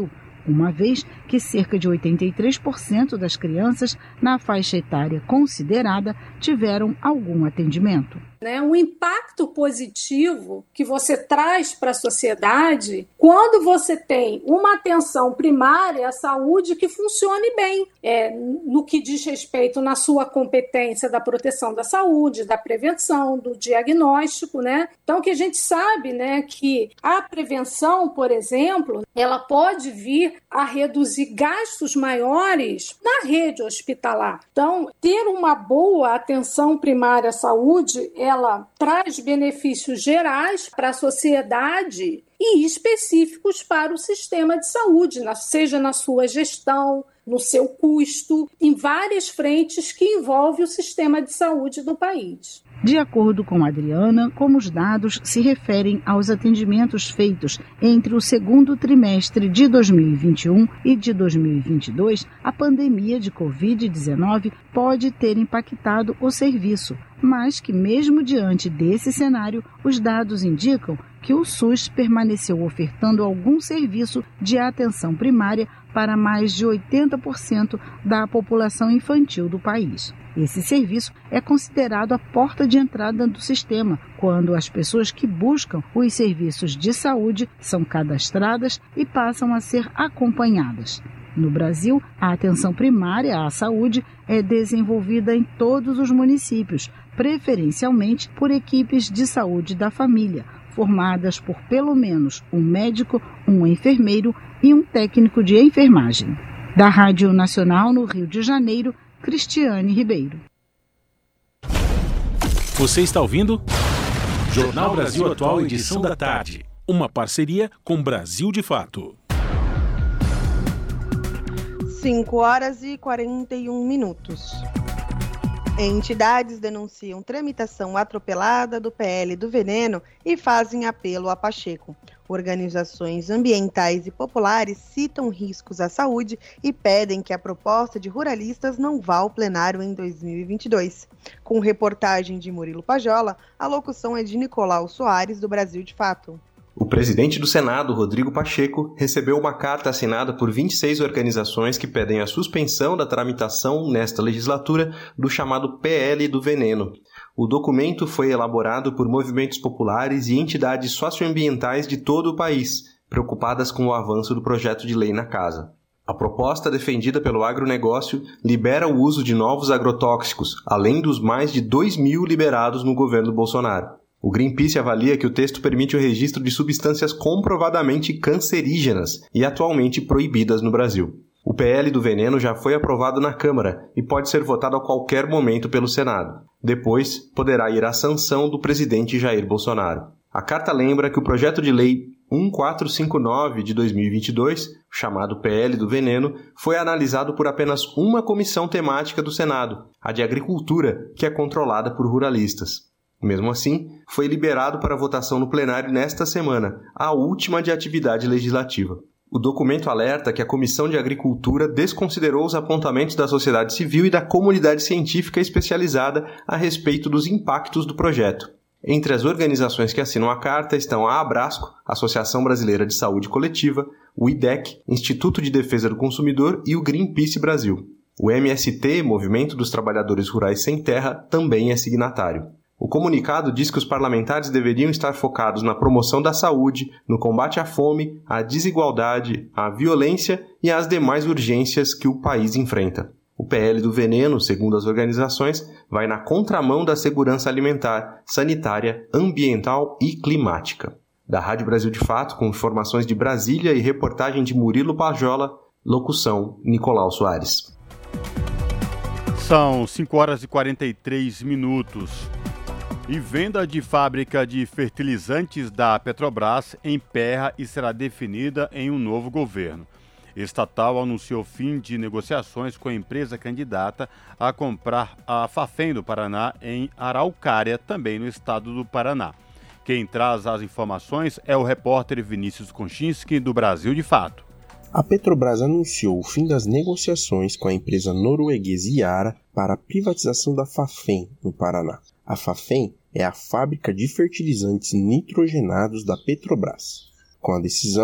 uma vez que cerca de oitenta e três por cento das crianças na faixa etária considerada tiveram algum atendimento. Né, um impacto positivo que você traz para a sociedade quando você tem uma atenção primária à saúde que funcione bem, é, no que diz respeito na sua competência da proteção da saúde, da prevenção, do diagnóstico, né? Então, que a gente sabe, né, que a prevenção, por exemplo, ela pode vir a reduzir gastos maiores na rede hospitalar. Então, ter uma boa atenção primária à saúde, ela traz benefícios gerais para a sociedade e específicos para o sistema de saúde, seja na sua gestão, no seu custo, em várias frentes que envolvem o sistema de saúde do país. De acordo com Adriana, como os dados se referem aos atendimentos feitos entre o segundo trimestre de dois mil e vinte e um e de dois mil e vinte e dois, a pandemia de covid dezenove pode ter impactado o serviço, mas que mesmo diante desse cenário, os dados indicam que o SUS permaneceu ofertando algum serviço de atenção primária para mais de oitenta por cento da população infantil do país. Esse serviço é considerado a porta de entrada do sistema, quando as pessoas que buscam os serviços de saúde são cadastradas e passam a ser acompanhadas. No Brasil, a atenção primária à saúde é desenvolvida em todos os municípios, preferencialmente por equipes de saúde da família, formadas por pelo menos um médico, um enfermeiro e um técnico de enfermagem. Da Rádio Nacional no Rio de Janeiro, Cristiane Ribeiro. Você está ouvindo? Jornal Brasil Atual, edição da tarde. Uma parceria com Brasil de Fato. cinco horas e quarenta e um minutos. Entidades denunciam tramitação atropelada do P L do Veneno e fazem apelo a Pacheco. Organizações ambientais e populares citam riscos à saúde e pedem que a proposta de ruralistas não vá ao plenário em dois mil e vinte e dois. Com reportagem de Murilo Pajola, a locução é de Nicolau Soares, do Brasil de Fato. O presidente do Senado, Rodrigo Pacheco, recebeu uma carta assinada por vinte e seis organizações que pedem a suspensão da tramitação nesta legislatura do chamado P L do Veneno. O documento foi elaborado por movimentos populares e entidades socioambientais de todo o país, preocupadas com o avanço do projeto de lei na casa. A proposta defendida pelo agronegócio libera o uso de novos agrotóxicos, além dos mais de dois mil liberados no governo Bolsonaro. O Greenpeace avalia que o texto permite o registro de substâncias comprovadamente cancerígenas e atualmente proibidas no Brasil. O P L do Veneno já foi aprovado na Câmara e pode ser votado a qualquer momento pelo Senado. Depois, poderá ir à sanção do presidente Jair Bolsonaro. A carta lembra que o projeto de lei um quatro cinco nove de dois mil e vinte e dois, chamado P L do Veneno, foi analisado por apenas uma comissão temática do Senado, a de Agricultura, que é controlada por ruralistas. Mesmo assim, foi liberado para votação no plenário nesta semana, a última de atividade legislativa. O documento alerta que a Comissão de Agricultura desconsiderou os apontamentos da sociedade civil e da comunidade científica especializada a respeito dos impactos do projeto. Entre as organizações que assinam a carta estão a Abrasco, Associação Brasileira de Saúde Coletiva, o I D E C, Instituto de Defesa do Consumidor, e o Greenpeace Brasil. O M S T, Movimento dos Trabalhadores Rurais Sem Terra, também é signatário. O comunicado diz que os parlamentares deveriam estar focados na promoção da saúde, no combate à fome, à desigualdade, à violência e às demais urgências que o país enfrenta. O P L do Veneno, segundo as organizações, vai na contramão da segurança alimentar, sanitária, ambiental e climática. Da Rádio Brasil de Fato, com informações de Brasília e reportagem de Murilo Pajola, locução Nicolau Soares. São cinco horas e quarenta e três minutos. E venda de fábrica de fertilizantes da Petrobras emperra e será definida em um novo governo. Estatal anunciou fim de negociações com a empresa candidata a comprar a Fafem do Paraná em Araucária, também no estado do Paraná. Quem traz as informações é o repórter Vinícius Konchinski, do Brasil de Fato. A Petrobras anunciou o fim das negociações com a empresa norueguesa Yara para a privatização da Fafem, no Paraná. A Fafem é a fábrica de fertilizantes nitrogenados da Petrobras. Com a decisão,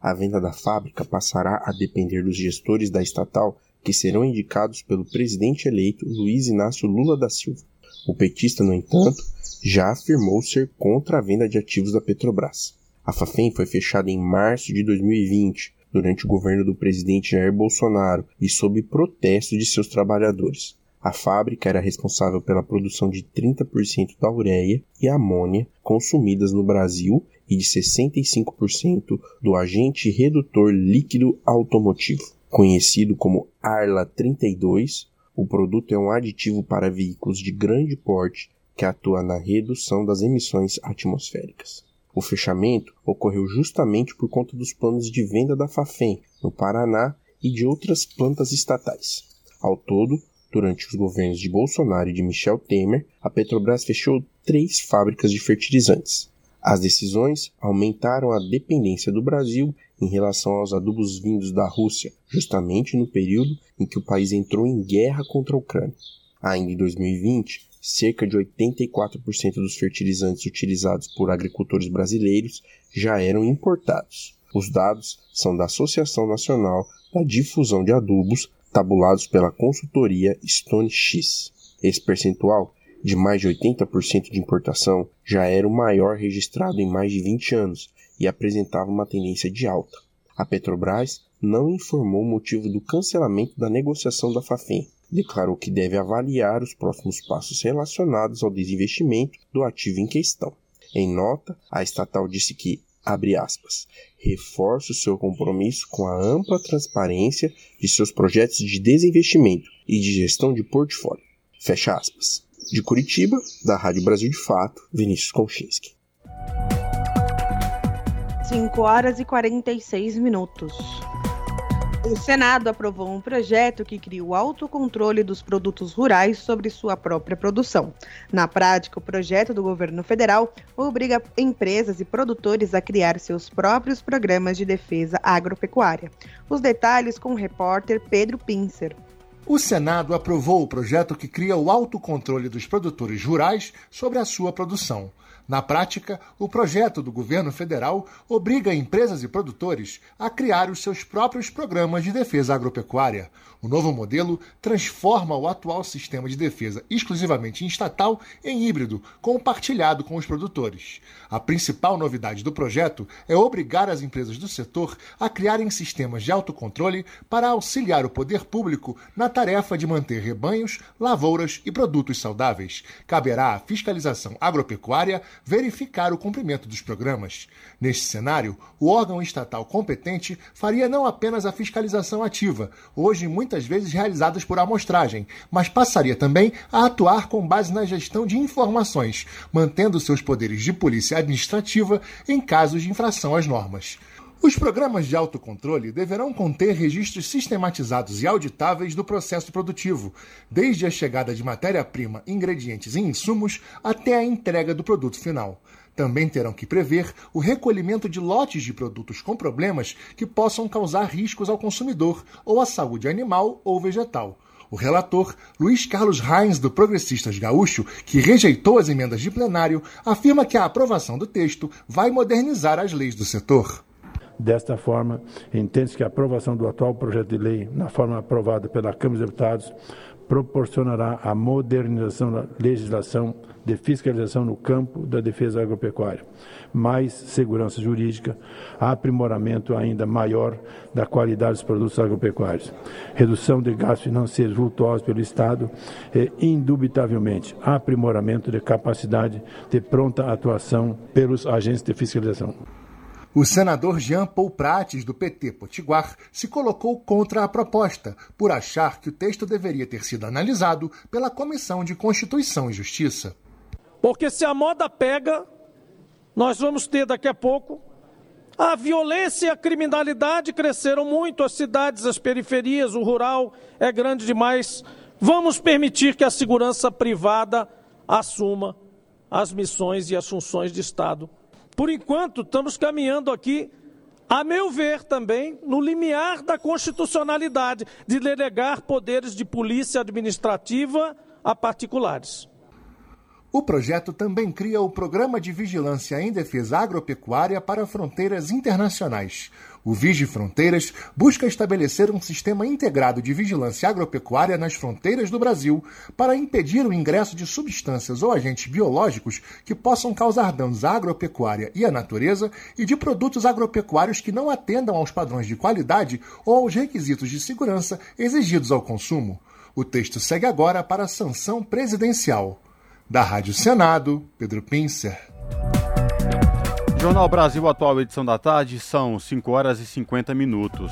A venda da fábrica passará a depender dos gestores da estatal, que serão indicados pelo presidente eleito Luiz Inácio Lula da Silva. O petista, no entanto, já afirmou ser contra a venda de ativos da Petrobras. A Fafem foi fechada em março de dois mil e vinte, durante o governo do presidente Jair Bolsonaro e sob protesto de seus trabalhadores. A fábrica era responsável pela produção de trinta por cento da ureia e amônia consumidas no Brasil e de sessenta e cinco por cento do agente redutor líquido automotivo. Conhecido como Arla trinta e dois, o produto é um aditivo para veículos de grande porte que atua na redução das emissões atmosféricas. O fechamento ocorreu justamente por conta dos planos de venda da Fafem, no Paraná, e de outras plantas estatais. Ao todo, durante os governos de Bolsonaro e de Michel Temer, a Petrobras fechou três fábricas de fertilizantes. As decisões aumentaram a dependência do Brasil em relação aos adubos vindos da Rússia, justamente no período em que o país entrou em guerra contra a Ucrânia. Ainda em dois mil e vinte, cerca de oitenta e quatro por cento dos fertilizantes utilizados por agricultores brasileiros já eram importados. Os dados são da Associação Nacional da Difusão de Adubos, tabulados pela consultoria StoneX. Esse percentual, de mais de oitenta por cento de importação, já era o maior registrado em mais de vinte anos e apresentava uma tendência de alta. A Petrobras não informou o motivo do cancelamento da negociação da Fafem. Declarou que deve avaliar os próximos passos relacionados ao desinvestimento do ativo em questão. Em nota, a estatal disse que, abre aspas, reforça o seu compromisso com a ampla transparência de seus projetos de desinvestimento e de gestão de portfólio. Fecha aspas. De Curitiba, da Rádio Brasil de Fato, Vinícius Konchinski. cinco horas e quarenta e seis minutos. O Senado aprovou um projeto que cria o autocontrole dos produtos rurais sobre sua própria produção. Na prática, o projeto do governo federal obriga empresas e produtores a criar seus próprios programas de defesa agropecuária. Os detalhes com o repórter Pedro Pincer. O Senado aprovou o projeto que cria o autocontrole dos produtores rurais sobre a sua produção. Na prática, o projeto do governo federal obriga empresas e produtores a criar os seus próprios programas de defesa agropecuária. O novo modelo transforma o atual sistema de defesa exclusivamente estatal em híbrido, compartilhado com os produtores. A principal novidade do projeto é obrigar as empresas do setor a criarem sistemas de autocontrole para auxiliar o poder público na tarefa de manter rebanhos, lavouras e produtos saudáveis. Caberá à fiscalização agropecuária verificar o cumprimento dos programas. Neste cenário, o órgão estatal competente faria não apenas a fiscalização ativa, hoje muitas vezes realizadas por amostragem, mas passaria também a atuar com base na gestão de informações, mantendo seus poderes de polícia administrativa em casos de infração às normas. Os programas de autocontrole deverão conter registros sistematizados e auditáveis do processo produtivo, desde a chegada de matéria-prima, ingredientes e insumos até a entrega do produto final. Também terão que prever o recolhimento de lotes de produtos com problemas que possam causar riscos ao consumidor ou à saúde animal ou vegetal. O relator, Luiz Carlos Reins, do Progressistas Gaúcho, que rejeitou as emendas de plenário, afirma que a aprovação do texto vai modernizar as leis do setor. Desta forma, entende-se que a aprovação do atual projeto de lei, na forma aprovada pela Câmara dos Deputados, proporcionará a modernização da legislação de fiscalização no campo da defesa agropecuária, mais segurança jurídica, aprimoramento ainda maior da qualidade dos produtos agropecuários, redução de gastos financeiros vultuosos pelo Estado e, indubitavelmente, aprimoramento de capacidade de pronta atuação pelos agentes de fiscalização. O senador Jean Paul Prates, do P T Potiguar, se colocou contra a proposta, por achar que o texto deveria ter sido analisado pela Comissão de Constituição e Justiça. Porque se a moda pega, nós vamos ter daqui a pouco a violência e a criminalidade cresceram muito, as cidades, as periferias, o rural é grande demais. Vamos permitir que a segurança privada assuma as missões e as funções de Estado. Por enquanto, estamos caminhando aqui, a meu ver também, no limiar da constitucionalidade de delegar poderes de polícia administrativa a particulares. O projeto também cria o Programa de Vigilância em Defesa Agropecuária para Fronteiras Internacionais. O Vigi Fronteiras busca estabelecer um sistema integrado de vigilância agropecuária nas fronteiras do Brasil para impedir o ingresso de substâncias ou agentes biológicos que possam causar danos à agropecuária e à natureza e de produtos agropecuários que não atendam aos padrões de qualidade ou aos requisitos de segurança exigidos ao consumo. O texto segue agora para a sanção presidencial. Da Rádio Senado, Pedro Pincer. Jornal Brasil Atual, edição da tarde, são cinco horas e cinquenta minutos.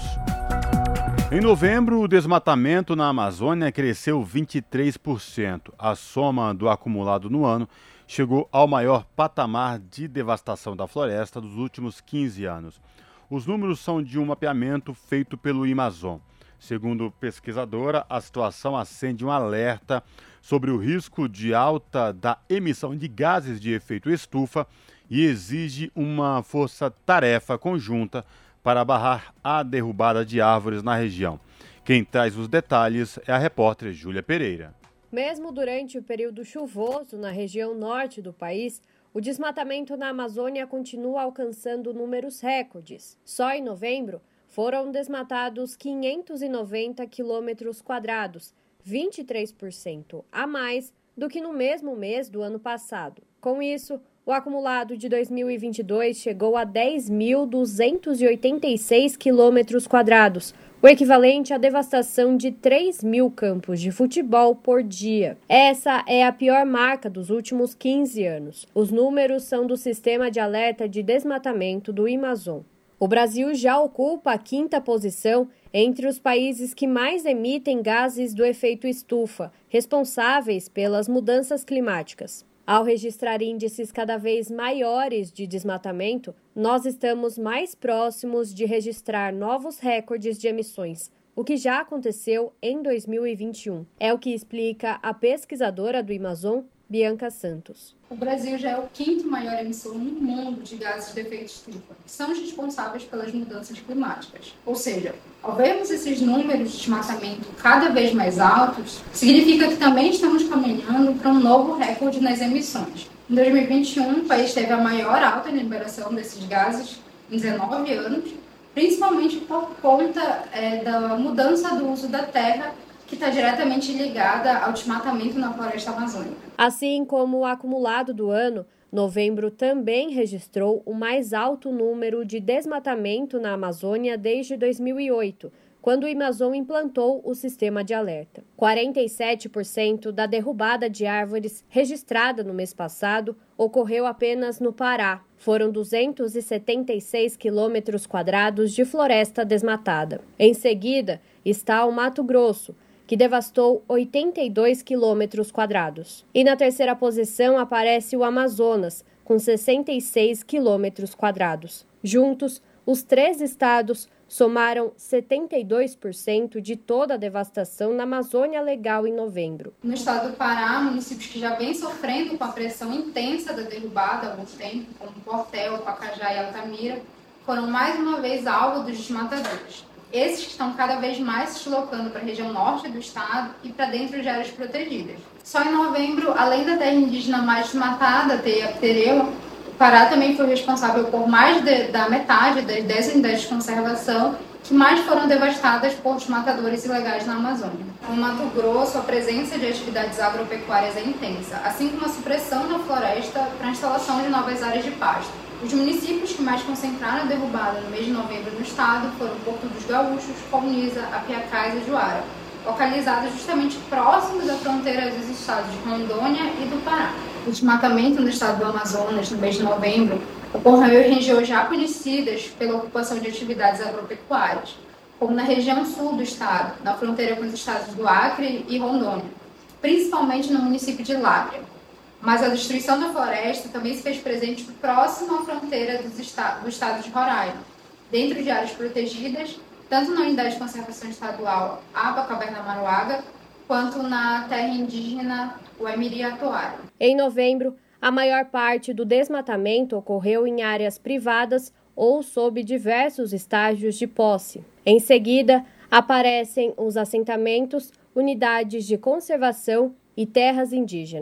Em novembro, o desmatamento na Amazônia cresceu vinte e três por cento. A soma do acumulado no ano chegou ao maior patamar de devastação da floresta dos últimos quinze anos. Os números são de um mapeamento feito pelo Amazon. Segundo pesquisadora, a situação acende um alerta sobre o risco de alta da emissão de gases de efeito estufa e exige uma força-tarefa conjunta para barrar a derrubada de árvores na região. Quem traz os detalhes é a repórter Júlia Pereira. Mesmo durante o período chuvoso na região norte do país, o desmatamento na Amazônia continua alcançando números recordes. Só em novembro, foram desmatados quinhentos e noventa quilômetros quadrados, vinte e três por cento a mais do que no mesmo mês do ano passado. Com isso, o acumulado de dois mil e vinte e dois chegou a dez mil duzentos e oitenta e seis quilômetros quadrados, o equivalente à devastação de três mil campos de futebol por dia. Essa é a pior marca dos últimos quinze anos. Os números são do Sistema de Alerta de Desmatamento do Amazon. O Brasil já ocupa a quinta posição entre os países que mais emitem gases do efeito estufa, responsáveis pelas mudanças climáticas. Ao registrar índices cada vez maiores de desmatamento, nós estamos mais próximos de registrar novos recordes de emissões, o que já aconteceu em dois mil e vinte e um. É o que explica a pesquisadora do Amazon, Bianca Santos. O Brasil já é o quinto maior emissor no mundo de gases de efeito estufa, que são os responsáveis pelas mudanças climáticas. Ou seja, ao vermos esses números de desmatamento cada vez mais altos, significa que também estamos caminhando para um novo recorde nas emissões. Em dois mil e vinte e um, o país teve a maior alta em liberação desses gases em dezenove anos, principalmente por conta é, da mudança do uso da terra, que está diretamente ligada ao desmatamento na floresta amazônica. Assim como o acumulado do ano, novembro também registrou o mais alto número de desmatamento na Amazônia desde dois mil e oito, quando o Amazon implantou o sistema de alerta. quarenta e sete por cento da derrubada de árvores registrada no mês passado ocorreu apenas no Pará. Foram duzentos e setenta e seis quilômetros quadrados de floresta desmatada. Em seguida está o Mato Grosso, que devastou oitenta e dois quilômetros quadrados. E na terceira posição aparece o Amazonas, com sessenta e seis quilômetros quadrados. Juntos, os três estados somaram setenta e dois por cento de toda a devastação na Amazônia Legal em novembro. No estado do Pará, municípios que já vêm sofrendo com a pressão intensa da derrubada há algum tempo, como Portel, Pacajá e Altamira, foram mais uma vez alvo dos desmatadores. Esses que estão cada vez mais se deslocando para a região norte do estado e para dentro de áreas protegidas. Só em novembro, além da terra indígena mais desmatada, Teia-Ptereu, o Pará também foi responsável por mais de, da metade das dez unidades de conservação que mais foram devastadas por desmatadores ilegais na Amazônia. No Mato Grosso, a presença de atividades agropecuárias é intensa, assim como a supressão na floresta para a instalação de novas áreas de pasto. Os municípios que mais concentraram a derrubada no mês de novembro no estado foram Porto dos Gaúchos, Colniza, Apiacás e Juara, localizados justamente próximos da fronteira dos estados de Rondônia e do Pará. O desmatamento no estado do Amazonas no mês de novembro ocorreu em regiões já conhecidas pela ocupação de atividades agropecuárias, como na região sul do estado, na fronteira com os estados do Acre e Rondônia, principalmente no município de Lábrea. Mas a destruição da floresta também se fez presente próximo à fronteira dos estados, do estado de Roraima, dentro de áreas protegidas, tanto na unidade de conservação estadual Aba-Caverna-Maruaga, quanto na terra indígena Uemiri-Atoara. Em novembro, a maior parte do desmatamento ocorreu em áreas privadas ou sob diversos estágios de posse. Em seguida, aparecem os assentamentos, unidades de conservação e terras indígenas.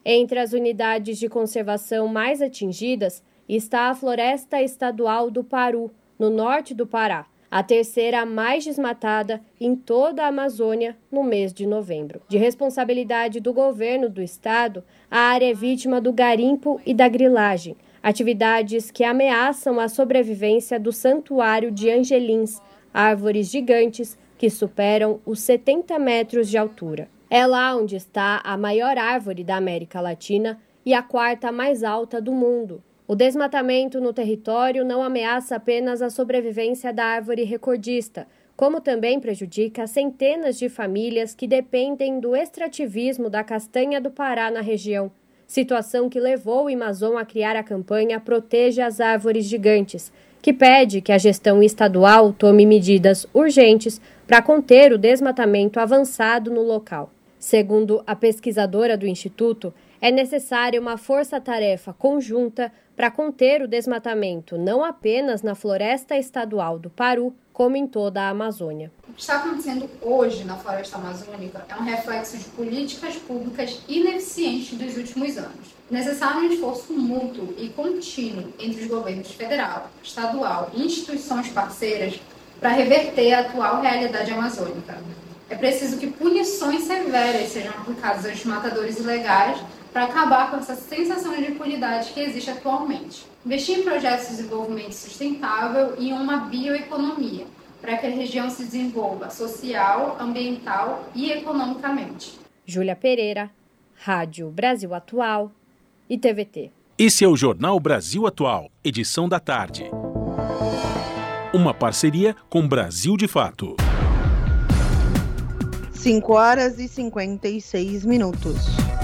Entre as unidades de conservação mais atingidas está a Floresta Estadual do Paru, no norte do Pará, a terceira mais desmatada em toda a Amazônia no mês de novembro. De responsabilidade do governo do estado, a área é vítima do garimpo e da grilagem, atividades que ameaçam a sobrevivência do Santuário de Angelins, árvores gigantes que superam os setenta metros de altura. É lá onde está a maior árvore da América Latina e a quarta mais alta do mundo. O desmatamento no território não ameaça apenas a sobrevivência da árvore recordista, como também prejudica centenas de famílias que dependem do extrativismo da castanha do Pará na região, situação que levou o Amazon a criar a campanha Proteja as Árvores Gigantes, que pede que a gestão estadual tome medidas urgentes para conter o desmatamento avançado no local. Segundo a pesquisadora do Instituto, é necessária uma força-tarefa conjunta para conter o desmatamento não apenas na Floresta Estadual do Paru, como em toda a Amazônia. O que está acontecendo hoje na Floresta Amazônica é um reflexo de políticas públicas ineficientes dos últimos anos. É necessário um esforço mútuo e contínuo entre os governos federal, estadual e instituições parceiras para reverter a atual realidade amazônica. É preciso que punições severas sejam aplicadas aos matadores ilegais para acabar com essa sensação de impunidade que existe atualmente. Investir em projetos de desenvolvimento sustentável e em uma bioeconomia, para que a região se desenvolva social, ambiental e economicamente. Júlia Pereira, Rádio Brasil Atual e T V T. Esse é o Jornal Brasil Atual, edição da tarde. Uma parceria com Brasil de Fato. cinco horas e cinquenta e seis minutos.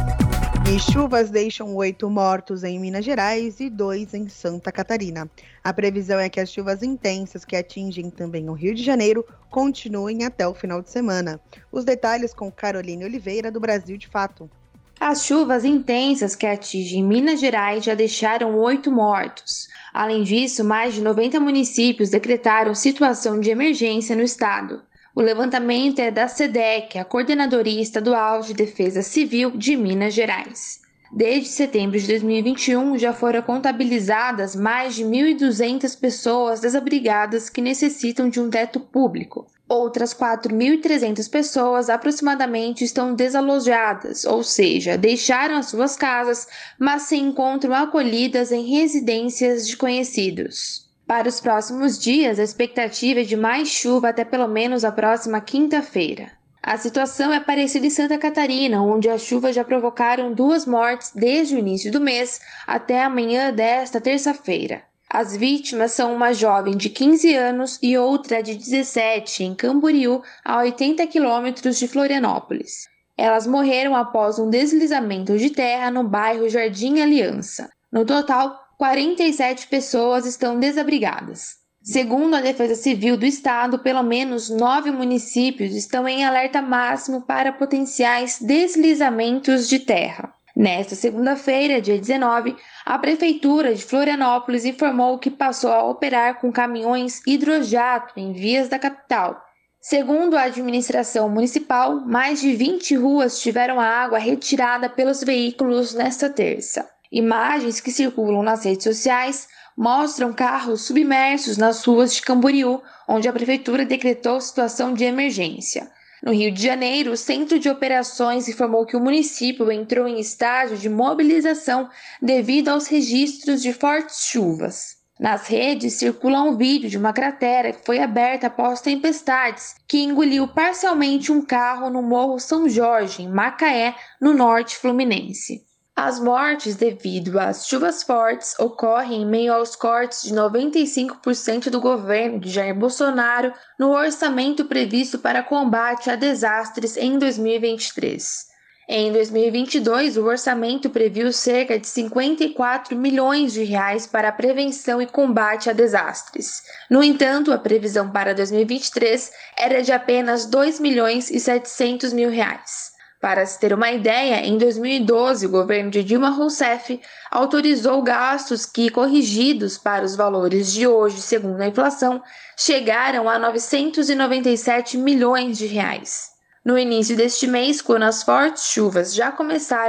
E chuvas deixam oito mortos em Minas Gerais e dois em Santa Catarina. A previsão é que as chuvas intensas que atingem também o Rio de Janeiro continuem até o final de semana. Os detalhes com Caroline Oliveira, do Brasil de Fato. As chuvas intensas que atingem Minas Gerais já deixaram oito mortos. Além disso, mais de noventa municípios decretaram situação de emergência no estado. O levantamento é da SEDEC, a Coordenadoria Estadual de Defesa Civil de Minas Gerais. Desde setembro de dois mil e vinte e um, já foram contabilizadas mais de mil e duzentas pessoas desabrigadas que necessitam de um teto público. Outras quatro mil e trezentas pessoas aproximadamente estão desalojadas, ou seja, deixaram as suas casas, mas se encontram acolhidas em residências de conhecidos. Para os próximos dias, a expectativa é de mais chuva até pelo menos a próxima quinta-feira. A situação é parecida em Santa Catarina, onde as chuvas já provocaram duas mortes desde o início do mês até a manhã desta terça-feira. As vítimas são uma jovem de quinze anos e outra de dezessete, em Camboriú, a oitenta quilômetros de Florianópolis. Elas morreram após um deslizamento de terra no bairro Jardim Aliança. No total, quarenta e sete pessoas estão desabrigadas. Segundo a Defesa Civil do Estado, pelo menos nove municípios estão em alerta máximo para potenciais deslizamentos de terra. Nesta segunda-feira, dia dezenove, a Prefeitura de Florianópolis informou que passou a operar com caminhões hidrojato em vias da capital. Segundo a administração municipal, mais de vinte ruas tiveram a água retirada pelos veículos nesta terça. Imagens que circulam nas redes sociais mostram carros submersos nas ruas de Camboriú, onde a prefeitura decretou situação de emergência. No Rio de Janeiro, o Centro de Operações informou que o município entrou em estágio de mobilização devido aos registros de fortes chuvas. Nas redes circula um vídeo de uma cratera que foi aberta após tempestades, que engoliu parcialmente um carro no Morro São Jorge, em Macaé, no norte fluminense. As mortes devido às chuvas fortes ocorrem em meio aos cortes de noventa e cinco por cento do governo de Jair Bolsonaro no orçamento previsto para combate a desastres em dois mil e vinte e três. Em dois mil e vinte e dois, o orçamento previu cerca de cinquenta e quatro milhões de reais para a prevenção e combate a desastres. No entanto, a previsão para dois mil e vinte e três era de apenas dois milhões e setecentos mil reais. Para se ter uma ideia, em dois mil e doze, o governo de Dilma Rousseff autorizou gastos que, corrigidos para os valores de hoje, segundo a inflação, chegaram a novecentos e noventa e sete milhões de reais. No início deste mês, quando as fortes chuvas já começaram,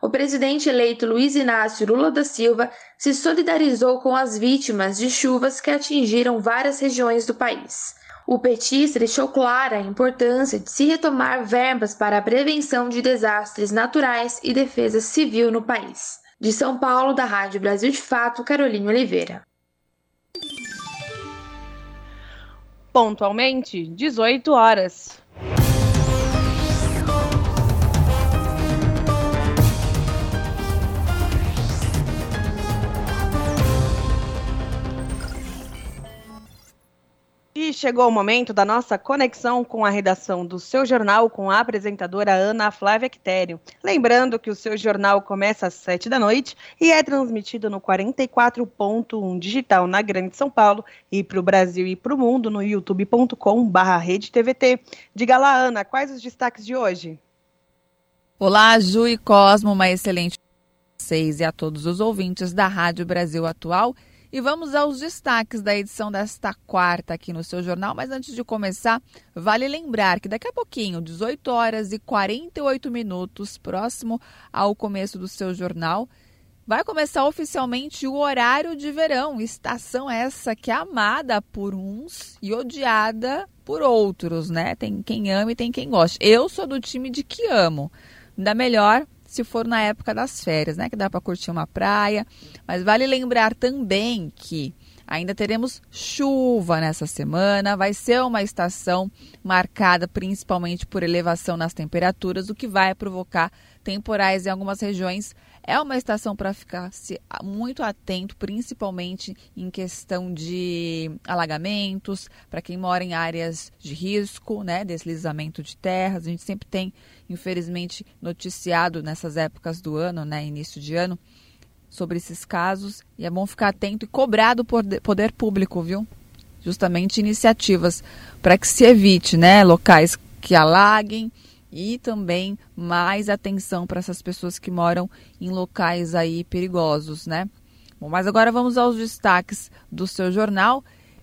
o presidente eleito Luiz Inácio Lula da Silva se solidarizou com as vítimas de chuvas que atingiram várias regiões do país. O petista deixou clara a importância de se retomar verbas para a prevenção de desastres naturais e defesa civil no país. De São Paulo, da Rádio Brasil de Fato, Caroline Oliveira. Pontualmente, dezoito horas. E chegou o momento da nossa conexão com a redação do Seu Jornal com a apresentadora Ana Flávia Quitério. Lembrando que o Seu Jornal começa às sete da noite e é transmitido no quarenta e quatro ponto um digital na Grande São Paulo e para o Brasil e para o mundo no youtube ponto com barra rede T V T. Diga lá, Ana, quais os destaques de hoje? Olá, Ju e Cosmo, uma excelente noite a vocês e a todos os ouvintes da Rádio Brasil Atual. E vamos aos destaques da edição desta quarta aqui no Seu Jornal. Mas antes de começar, vale lembrar que daqui a pouquinho, dezoito horas e quarenta e oito minutos, próximo ao começo do Seu Jornal, vai começar oficialmente o horário de verão. Estação essa que é amada por uns e odiada por outros, né? Tem quem ama e tem quem gosta. Eu sou do time de que amo. Ainda melhor se for na época das férias, né? Que dá para curtir uma praia. Mas vale lembrar também que ainda teremos chuva nessa semana. Vai ser uma estação marcada principalmente por elevação nas temperaturas, o que vai provocar temporais em algumas regiões. É uma estação para ficar muito atento, principalmente em questão de alagamentos, para quem mora em áreas de risco, né, deslizamento de terras. A gente sempre tem, infelizmente, noticiado nessas épocas do ano, né, início de ano, sobre esses casos. E é bom ficar atento e cobrar do poder público, viu? Justamente iniciativas para que se evite, né, locais que alaguem. E também mais atenção para essas pessoas que moram em locais aí perigosos, né? Bom, mas agora vamos aos destaques do Seu Jornal.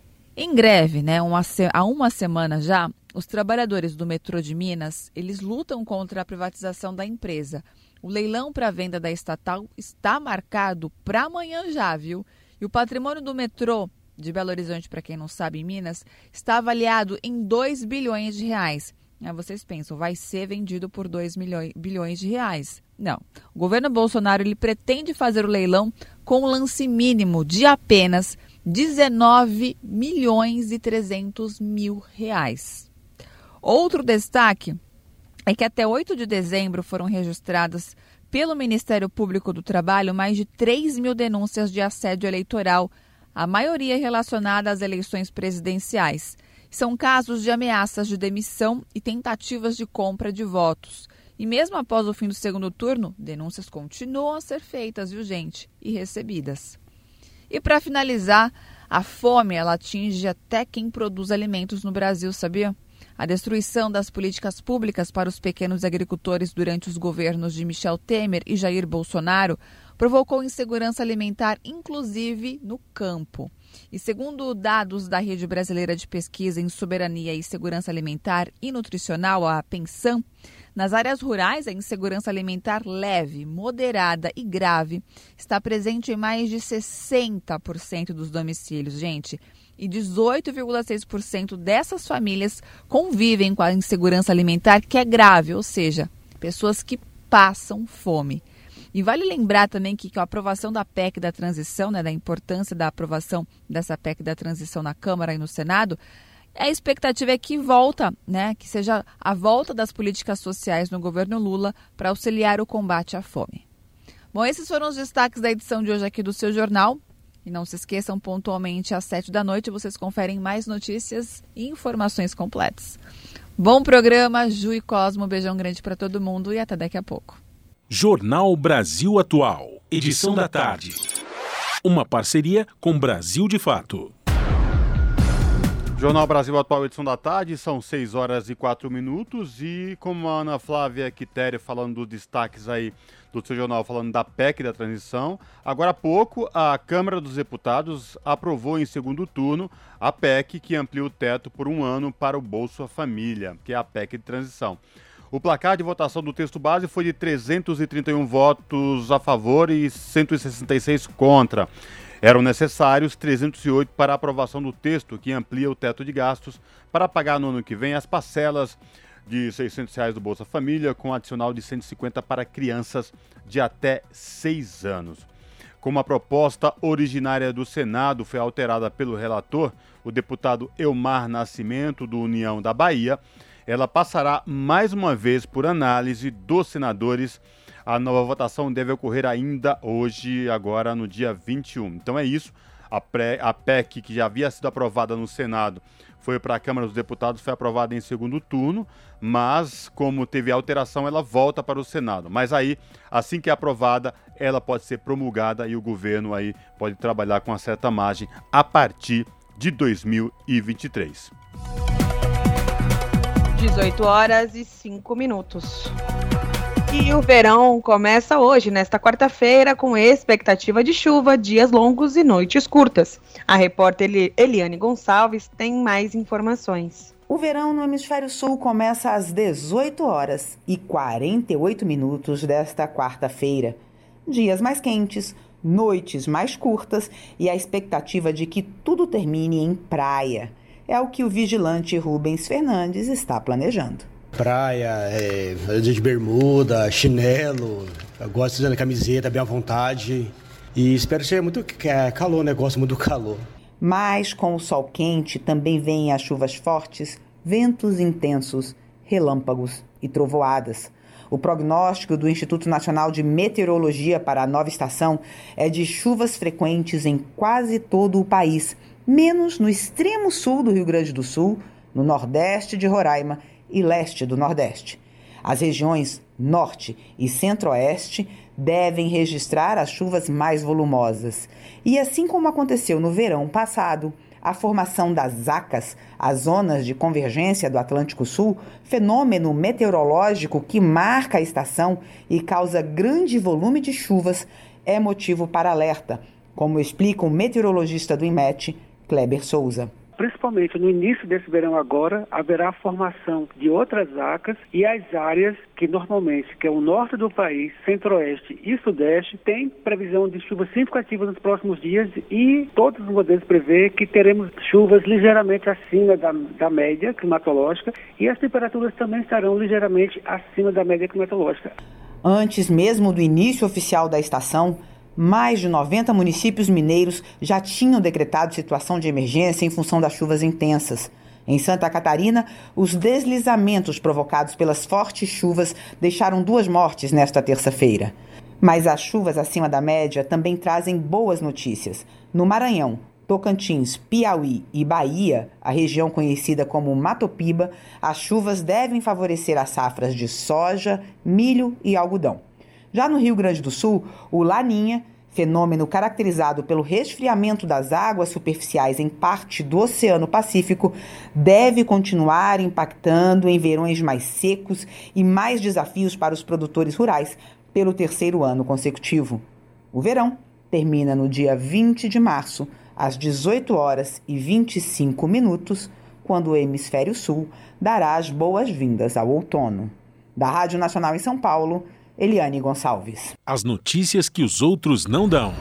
Em greve, né? Uma, há uma semana já, os trabalhadores do metrô de Minas, eles lutam contra a privatização da empresa. O leilão para a venda da estatal está marcado para amanhã já, viu? E o patrimônio do metrô de Belo Horizonte, para quem não sabe, em Minas, está avaliado em dois bilhões de reais. Aí vocês pensam, vai ser vendido por dois bilhões de reais. Não. O governo Bolsonaro ele pretende fazer o leilão com um lance mínimo de apenas dezenove milhões e trezentos mil reais. Outro destaque é que até oito de dezembro foram registradas pelo Ministério Público do Trabalho mais de três mil denúncias de assédio eleitoral, a maioria relacionada às eleições presidenciais. São casos de ameaças de demissão e tentativas de compra de votos. E mesmo após o fim do segundo turno, denúncias continuam a ser feitas, viu, gente? E recebidas. E para finalizar, a fome ela atinge até quem produz alimentos no Brasil, sabia? A destruição das políticas públicas para os pequenos agricultores durante os governos de Michel Temer e Jair Bolsonaro provocou insegurança alimentar, inclusive no campo. E segundo dados da Rede Brasileira de Pesquisa em Soberania e Segurança Alimentar e Nutricional, a PENSAM, nas áreas rurais, a insegurança alimentar leve, moderada e grave está presente em mais de sessenta por cento dos domicílios, gente. E dezoito vírgula seis por cento dessas famílias convivem com a insegurança alimentar que é grave, ou seja, pessoas que passam fome. E vale lembrar também que, que a aprovação da P E C da transição, né, da importância da aprovação dessa P E C da transição na Câmara e no Senado, a expectativa é que volta, né, que seja a volta das políticas sociais no governo Lula para auxiliar o combate à fome. Bom, esses foram os destaques da edição de hoje aqui do Seu Jornal. E não se esqueçam, pontualmente às sete da noite vocês conferem mais notícias e informações completas. Bom programa, Ju e Cosmo. Beijão grande para todo mundo e até daqui a pouco. Jornal Brasil Atual, edição da tarde. Uma parceria com Brasil de Fato. Jornal Brasil Atual, edição da tarde, são seis horas e quatro minutos e como a Ana Flávia Quitério falando dos destaques aí do seu jornal, falando da P E C da transição, agora há pouco a Câmara dos Deputados aprovou em segundo turno a P E C que amplia o teto por um ano para o Bolsa Família, que é a P E C de transição. O placar de votação do texto base foi de trezentos e trinta e um votos a favor e cento e sessenta e seis contra. Eram necessários trezentos e oito para a aprovação do texto, que amplia o teto de gastos para pagar no ano que vem as parcelas de seiscentos reais do Bolsa Família, com adicional de cento e cinquenta para crianças de até seis anos. Como a proposta originária do Senado foi alterada pelo relator, o deputado Elmar Nascimento, do União da Bahia, ela passará mais uma vez por análise dos senadores. A nova votação deve ocorrer ainda hoje, agora no dia vinte e um. Então é isso, a, pré, a P E C que já havia sido aprovada no Senado foi para a Câmara dos Deputados, foi aprovada em segundo turno, mas como teve alteração, ela volta para o Senado. Mas aí, assim que é aprovada, ela pode ser promulgada e o governo aí pode trabalhar com uma certa margem a partir de dois mil e vinte e três. dezoito horas e cinco minutos. E o verão começa hoje, nesta quarta-feira, com expectativa de chuva, dias longos e noites curtas. A repórter Eliane Gonçalves tem mais informações. O verão no Hemisfério Sul começa às dezoito horas e quarenta e oito minutos desta quarta-feira. Dias mais quentes, noites mais curtas e a expectativa de que tudo termine em praia. É o que o vigilante Rubens Fernandes está planejando. Praia, é, de bermuda, chinelo, eu gosto de usar camiseta bem à vontade e espero que seja muito calor, né? Gosto muito do calor. Mas com o sol quente também vêm as chuvas fortes, ventos intensos, relâmpagos e trovoadas. O prognóstico do Instituto Nacional de Meteorologia para a nova estação é de chuvas frequentes em quase todo o país, menos no extremo sul do Rio Grande do Sul, no nordeste de Roraima e leste do Nordeste. As regiões Norte e Centro-Oeste devem registrar as chuvas mais volumosas. E assim como aconteceu no verão passado, a formação das zacas, as zonas de convergência do Atlântico Sul, fenômeno meteorológico que marca a estação e causa grande volume de chuvas, é motivo para alerta, como explica o meteorologista do INMET, Kleber Souza. Principalmente no início desse verão agora, haverá a formação de outras zacas e as áreas que normalmente, que é o norte do país, centro-oeste e sudeste, tem previsão de chuvas significativas nos próximos dias e todos os modelos prevê que teremos chuvas ligeiramente acima da, da média climatológica e as temperaturas também estarão ligeiramente acima da média climatológica. Antes mesmo do início oficial da estação, mais de noventa municípios mineiros já tinham decretado situação de emergência em função das chuvas intensas. Em Santa Catarina, os deslizamentos provocados pelas fortes chuvas deixaram duas mortes nesta terça-feira. Mas as chuvas acima da média também trazem boas notícias. No Maranhão, Tocantins, Piauí e Bahia, a região conhecida como Mato Piba, as chuvas devem favorecer as safras de soja, milho e algodão. Já no Rio Grande do Sul, o Laninha, fenômeno caracterizado pelo resfriamento das águas superficiais em parte do Oceano Pacífico, deve continuar impactando em verões mais secos e mais desafios para os produtores rurais pelo terceiro ano consecutivo. O verão termina no dia vinte de março, às dezoito horas e vinte e cinco minutos, quando o Hemisfério Sul dará as boas-vindas ao outono. Da Rádio Nacional em São Paulo, Eliane Gonçalves. As notícias que os outros não dão.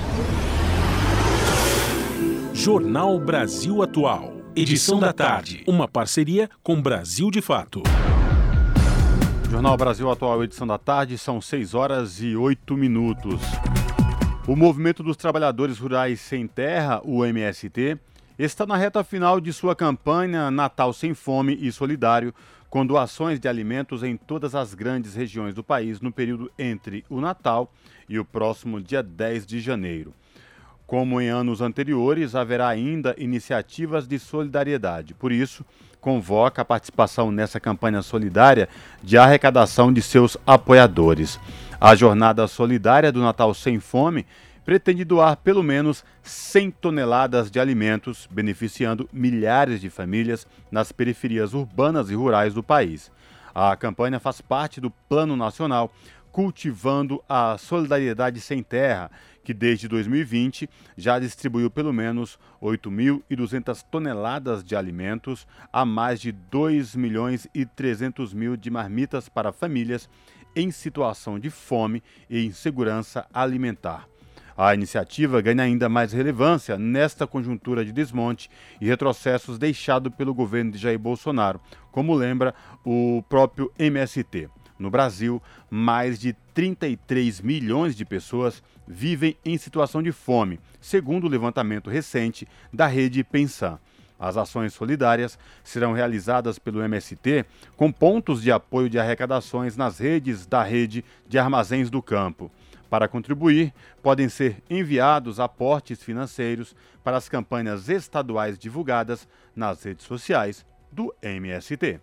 Jornal Brasil Atual. Edição da tarde. Uma parceria com Brasil de Fato. Jornal Brasil Atual, edição da tarde, são seis horas e oito minutos. O Movimento dos Trabalhadores Rurais Sem Terra, o M S T, está na reta final de sua campanha Natal Sem Fome e Solidário, com doações de alimentos em todas as grandes regiões do país no período entre o Natal e o próximo dia dez de janeiro. Como em anos anteriores, haverá ainda iniciativas de solidariedade. Por isso, convoca a participação nessa campanha solidária de arrecadação de seus apoiadores. A Jornada Solidária do Natal Sem Fome pretende doar pelo menos cem toneladas de alimentos, beneficiando milhares de famílias nas periferias urbanas e rurais do país. A campanha faz parte do Plano Nacional Cultivando a Solidariedade Sem Terra, que desde dois mil e vinte já distribuiu pelo menos oito mil e duzentas toneladas de alimentos a mais de dois milhões e trezentos mil de marmitas para famílias em situação de fome e insegurança alimentar. A iniciativa ganha ainda mais relevância nesta conjuntura de desmonte e retrocessos deixado pelo governo de Jair Bolsonaro, como lembra o próprio M S T. No Brasil, mais de trinta e três milhões de pessoas vivem em situação de fome, segundo o levantamento recente da rede Pensan. As ações solidárias serão realizadas pelo M S T com pontos de apoio de arrecadações nas redes da rede de armazéns do campo. Para contribuir, podem ser enviados aportes financeiros para as campanhas estaduais divulgadas nas redes sociais do M S T.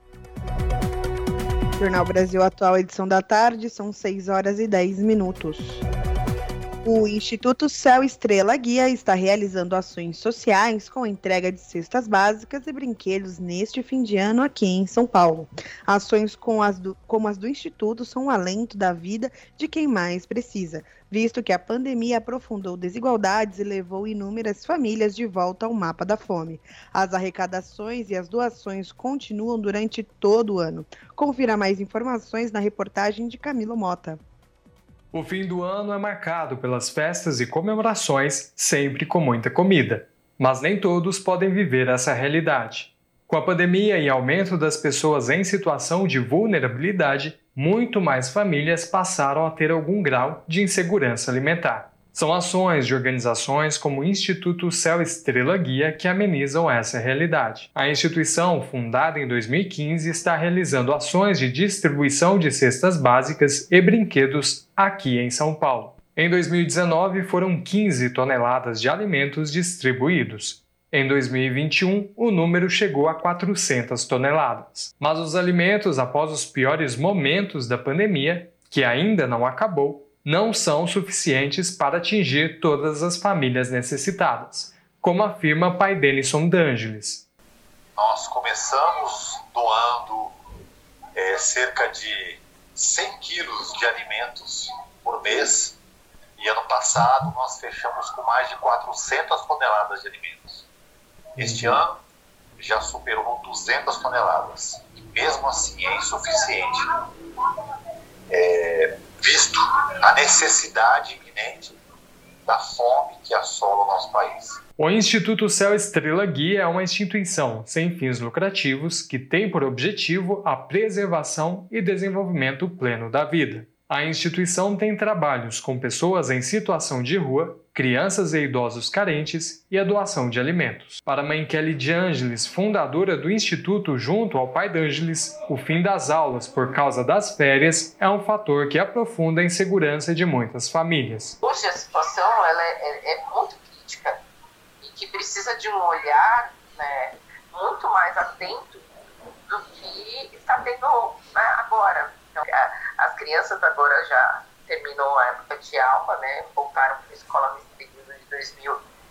Jornal Brasil Atual, edição da tarde, são seis horas e dez minutos. O Instituto Céu Estrela Guia está realizando ações sociais com a entrega de cestas básicas e brinquedos neste fim de ano aqui em São Paulo. Ações com as do, como as do Instituto são um alento da vida de quem mais precisa, visto que a pandemia aprofundou desigualdades e levou inúmeras famílias de volta ao mapa da fome. As arrecadações e as doações continuam durante todo o ano. Confira mais informações na reportagem de Camilo Mota. O fim do ano é marcado pelas festas e comemorações, sempre com muita comida. Mas nem todos podem viver essa realidade. Com a pandemia e aumento das pessoas em situação de vulnerabilidade, muito mais famílias passaram a ter algum grau de insegurança alimentar. São ações de organizações como o Instituto Céu Estrela Guia que amenizam essa realidade. A instituição, fundada em dois mil e quinze, está realizando ações de distribuição de cestas básicas e brinquedos aqui em São Paulo. Em dois mil e dezenove, foram quinze toneladas de alimentos distribuídos. Em dois mil e vinte e um, o número chegou a quatrocentas toneladas. Mas os alimentos, após os piores momentos da pandemia, que ainda não acabou, não são suficientes para atingir todas as famílias necessitadas, como afirma Pai Denison D'Angelis. Nós começamos doando é, cerca de cem quilos de alimentos por mês e ano passado nós fechamos com mais de quatrocentas toneladas de alimentos. Este ano já superou duzentas toneladas e mesmo assim é insuficiente. É, visto a necessidade iminente da fome que assola o nosso país. O Instituto Céu Estrela Guia é uma instituição sem fins lucrativos que tem por objetivo a preservação e desenvolvimento pleno da vida. A instituição tem trabalhos com pessoas em situação de rua, crianças e idosos carentes e a doação de alimentos. Para a mãe Kelly D'Angelis, fundadora do Instituto junto ao pai D'Angelis, o fim das aulas por causa das férias é um fator que aprofunda a insegurança de muitas famílias. Hoje a situação ela é, é, é muito crítica e que precisa de um olhar, né, muito mais atento do que está tendo, né, agora. Então, a, as crianças agora já terminou a época de aula, né, voltaram para a escola nesse período de dois mil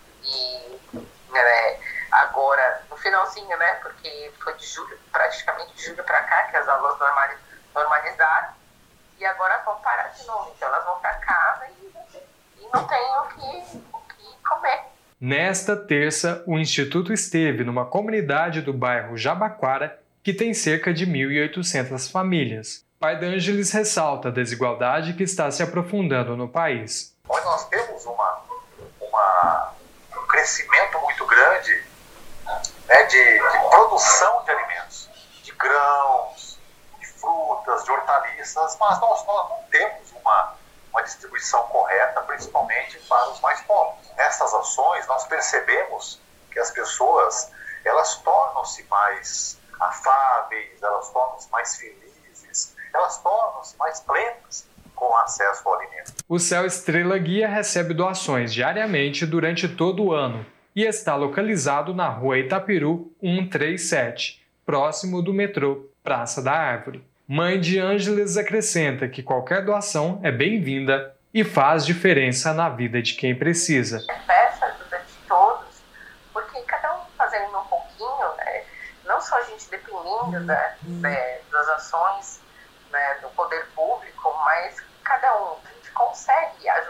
e né, agora no finalzinho, né, porque foi de julho, praticamente de julho para cá que as aulas normaliz, normalizaram e agora vão parar de novo, então elas vão para casa e, e não tem o que, o que comer. Nesta terça, o Instituto esteve numa comunidade do bairro Jabaquara que tem cerca de mil e oitocentas famílias. Pai D'Angelis ressalta a desigualdade que está se aprofundando no país. Onde nós temos uma, uma, um crescimento muito grande, né, de, de produção de alimentos, de grãos, de frutas, de hortaliças, mas nós, nós não temos uma, uma distribuição correta, principalmente para os mais pobres. Nessas ações, nós percebemos que as pessoas elas tornam-se mais afáveis, elas tornam-se mais felizes, elas tornam-se mais plenas com acesso ao alimento. O Céu Estrela Guia recebe doações diariamente durante todo o ano e está localizado na rua Itapiru cento e trinta e sete, próximo do metrô Praça da Árvore. Mãe D'Angelis acrescenta que qualquer doação é bem-vinda e faz diferença na vida de quem precisa. Peço a ajuda de todos, porque cada um fazendo um pouquinho, né, não só a gente dependendo da, da, das ações, né, do poder público, mas cada um, a gente consegue ajudar com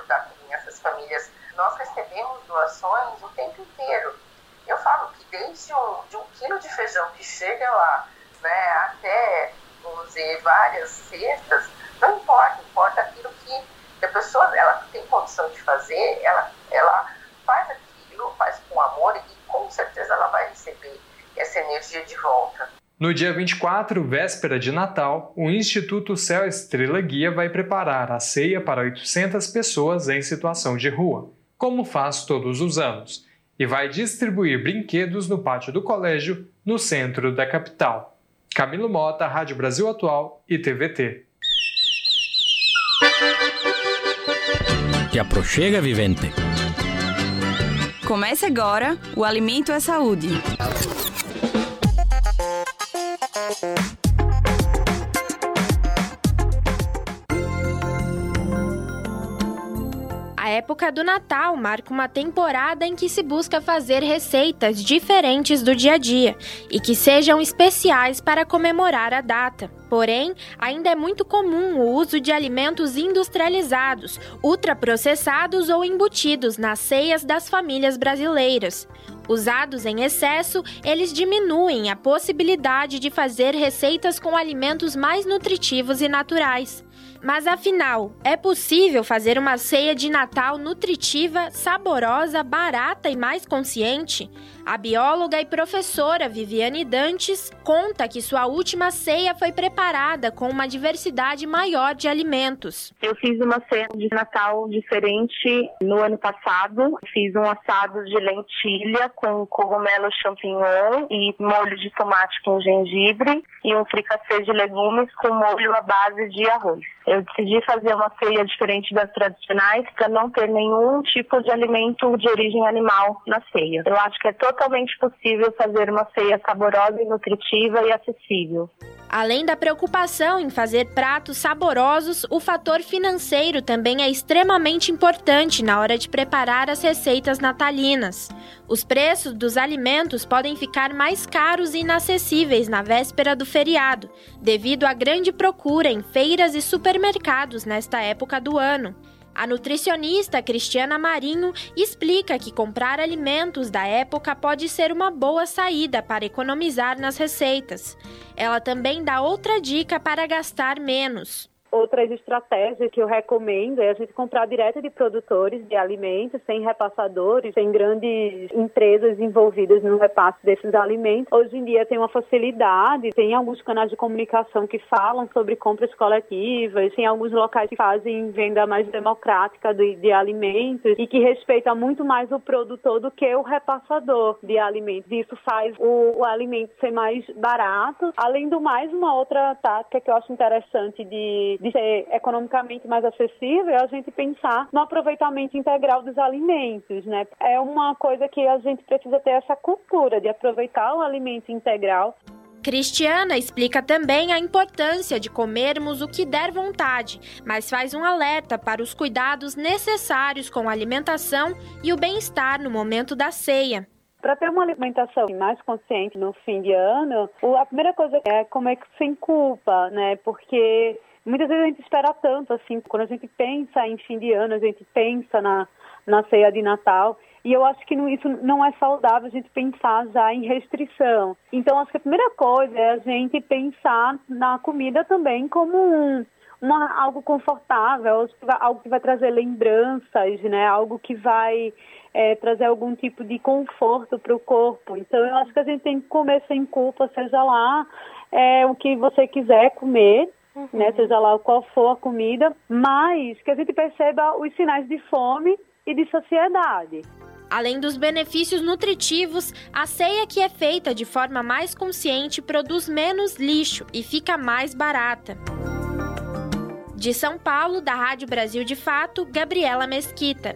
essas famílias. Nós recebemos doações o tempo inteiro. Eu falo que desde um, de um quilo de feijão que chega lá, né, até, vamos dizer, várias cestas, não importa, importa aquilo que a pessoa ela tem condição de fazer, ela, ela faz aquilo, faz com amor e com certeza ela vai receber essa energia de volta. No dia vinte e quatro, véspera de Natal, o Instituto Céu Estrela Guia vai preparar a ceia para oitocentas pessoas em situação de rua, como faz todos os anos, e vai distribuir brinquedos no pátio do colégio, no centro da capital. Camilo Mota, Rádio Brasil Atual e T V T. Te aproxega, vivente. Comece agora, o Alimento é Saúde. A época do Natal marca uma temporada em que se busca fazer receitas diferentes do dia a dia e que sejam especiais para comemorar a data. Porém, ainda é muito comum o uso de alimentos industrializados, ultraprocessados ou embutidos nas ceias das famílias brasileiras. Usados em excesso, eles diminuem a possibilidade de fazer receitas com alimentos mais nutritivos e naturais. Mas afinal, é possível fazer uma ceia de Natal nutritiva, saborosa, barata e mais consciente? A bióloga e professora Viviane Dantes conta que sua última ceia foi preparada com uma diversidade maior de alimentos. Eu fiz uma ceia de Natal diferente no ano passado. Fiz um assado de lentilha com cogumelo champignon e molho de tomate com gengibre e um fricassê de legumes com molho à base de arroz. Eu decidi fazer uma ceia diferente das tradicionais para não ter nenhum tipo de alimento de origem animal na ceia. Eu acho que é totalmente possível fazer uma ceia saborosa e nutritiva e acessível. Além da preocupação em fazer pratos saborosos, o fator financeiro também é extremamente importante na hora de preparar as receitas natalinas. Os preços dos alimentos podem ficar mais caros e inacessíveis na véspera do feriado, devido à grande procura em feiras e supermercados nesta época do ano. A nutricionista Cristiana Marinho explica que comprar alimentos da época pode ser uma boa saída para economizar nas receitas. Ela também dá outra dica para gastar menos. Outras estratégias que eu recomendo é a gente comprar direto de produtores de alimentos, sem repassadores, sem grandes empresas envolvidas no repasse desses alimentos. Hoje em dia tem uma facilidade, tem alguns canais de comunicação que falam sobre compras coletivas, tem alguns locais que fazem venda mais democrática de, de alimentos e que respeita muito mais o produtor do que o repassador de alimentos. Isso faz o, o alimento ser mais barato. Além do mais, uma outra tática que eu acho interessante de de ser economicamente mais acessível, é a gente pensar no aproveitamento integral dos alimentos, né? É uma coisa que a gente precisa ter essa cultura de aproveitar o alimento integral. Cristiana explica também a importância de comermos o que der vontade, mas faz um alerta para os cuidados necessários com a alimentação e o bem-estar no momento da ceia. Para ter uma alimentação mais consciente no fim de ano, a primeira coisa é comer sem culpa, né? Porque muitas vezes a gente espera tanto, assim, quando a gente pensa em fim de ano, a gente pensa na, na ceia de Natal, e eu acho que não, isso não é saudável a gente pensar já em restrição. Então, acho que a primeira coisa é a gente pensar na comida também como um, uma, algo confortável, algo que vai trazer lembranças, né? Algo que vai é, trazer algum tipo de conforto para o corpo. Então, eu acho que a gente tem que comer sem culpa, seja lá é, o que você quiser comer, Uhum. né, seja lá qual for a comida, mas que a gente perceba os sinais de fome e de saciedade. Além dos benefícios nutritivos, a ceia que é feita de forma mais consciente produz menos lixo e fica mais barata. De São Paulo, da Rádio Brasil de Fato, Gabriela Mesquita.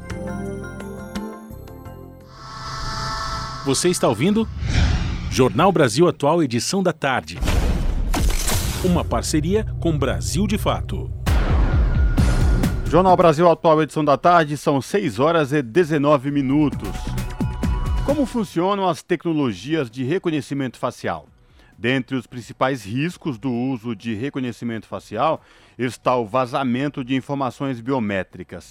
Você está ouvindo? Jornal Brasil Atual, edição da tarde. Uma parceria com Brasil de Fato. Jornal Brasil Atual, edição da tarde, são seis horas e dezenove minutos. Como funcionam as tecnologias de reconhecimento facial? Dentre os principais riscos do uso de reconhecimento facial está o vazamento de informações biométricas.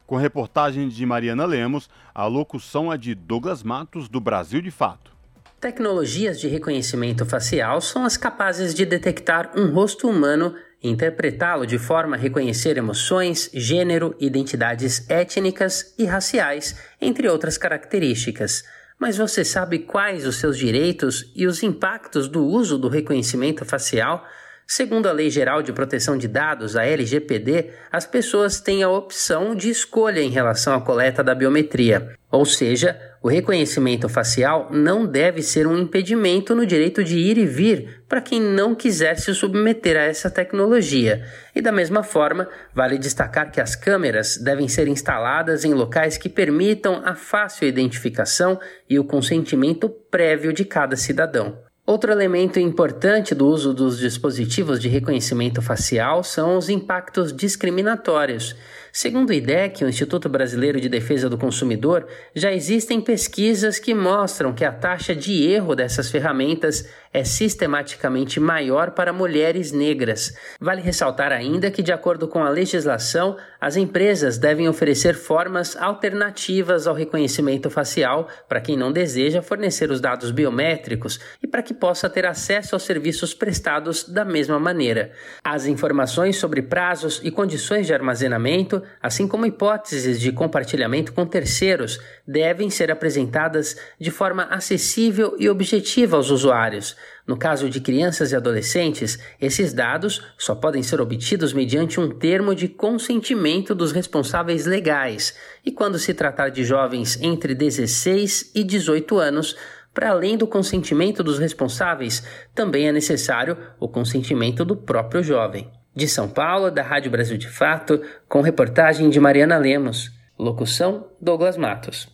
Com reportagem de Mariana Lemos, a locução é de Douglas Matos, do Brasil de Fato. Tecnologias de reconhecimento facial são as capazes de detectar um rosto humano e interpretá-lo de forma a reconhecer emoções, gênero, identidades étnicas e raciais, entre outras características. Mas você sabe quais os seus direitos e os impactos do uso do reconhecimento facial? Segundo a Lei Geral de Proteção de Dados, a L G P D, as pessoas têm a opção de escolha em relação à coleta da biometria. Ou seja, o reconhecimento facial não deve ser um impedimento no direito de ir e vir para quem não quiser se submeter a essa tecnologia. E da mesma forma, vale destacar que as câmeras devem ser instaladas em locais que permitam a fácil identificação e o consentimento prévio de cada cidadão. Outro elemento importante do uso dos dispositivos de reconhecimento facial são os impactos discriminatórios. Segundo o I D E C, o Instituto Brasileiro de Defesa do Consumidor, já existem pesquisas que mostram que a taxa de erro dessas ferramentas é sistematicamente maior para mulheres negras. Vale ressaltar ainda que, de acordo com a legislação, as empresas devem oferecer formas alternativas ao reconhecimento facial para quem não deseja fornecer os dados biométricos e para que possa ter acesso aos serviços prestados da mesma maneira. As informações sobre prazos e condições de armazenamento, assim como hipóteses de compartilhamento com terceiros, devem ser apresentadas de forma acessível e objetiva aos usuários. No caso de crianças e adolescentes, esses dados só podem ser obtidos mediante um termo de consentimento dos responsáveis legais. E quando se tratar de jovens entre dezesseis e dezoito anos, para além do consentimento dos responsáveis, também é necessário o consentimento do próprio jovem. De São Paulo, da Rádio Brasil de Fato, com reportagem de Mariana Lemos. Locução, Douglas Matos.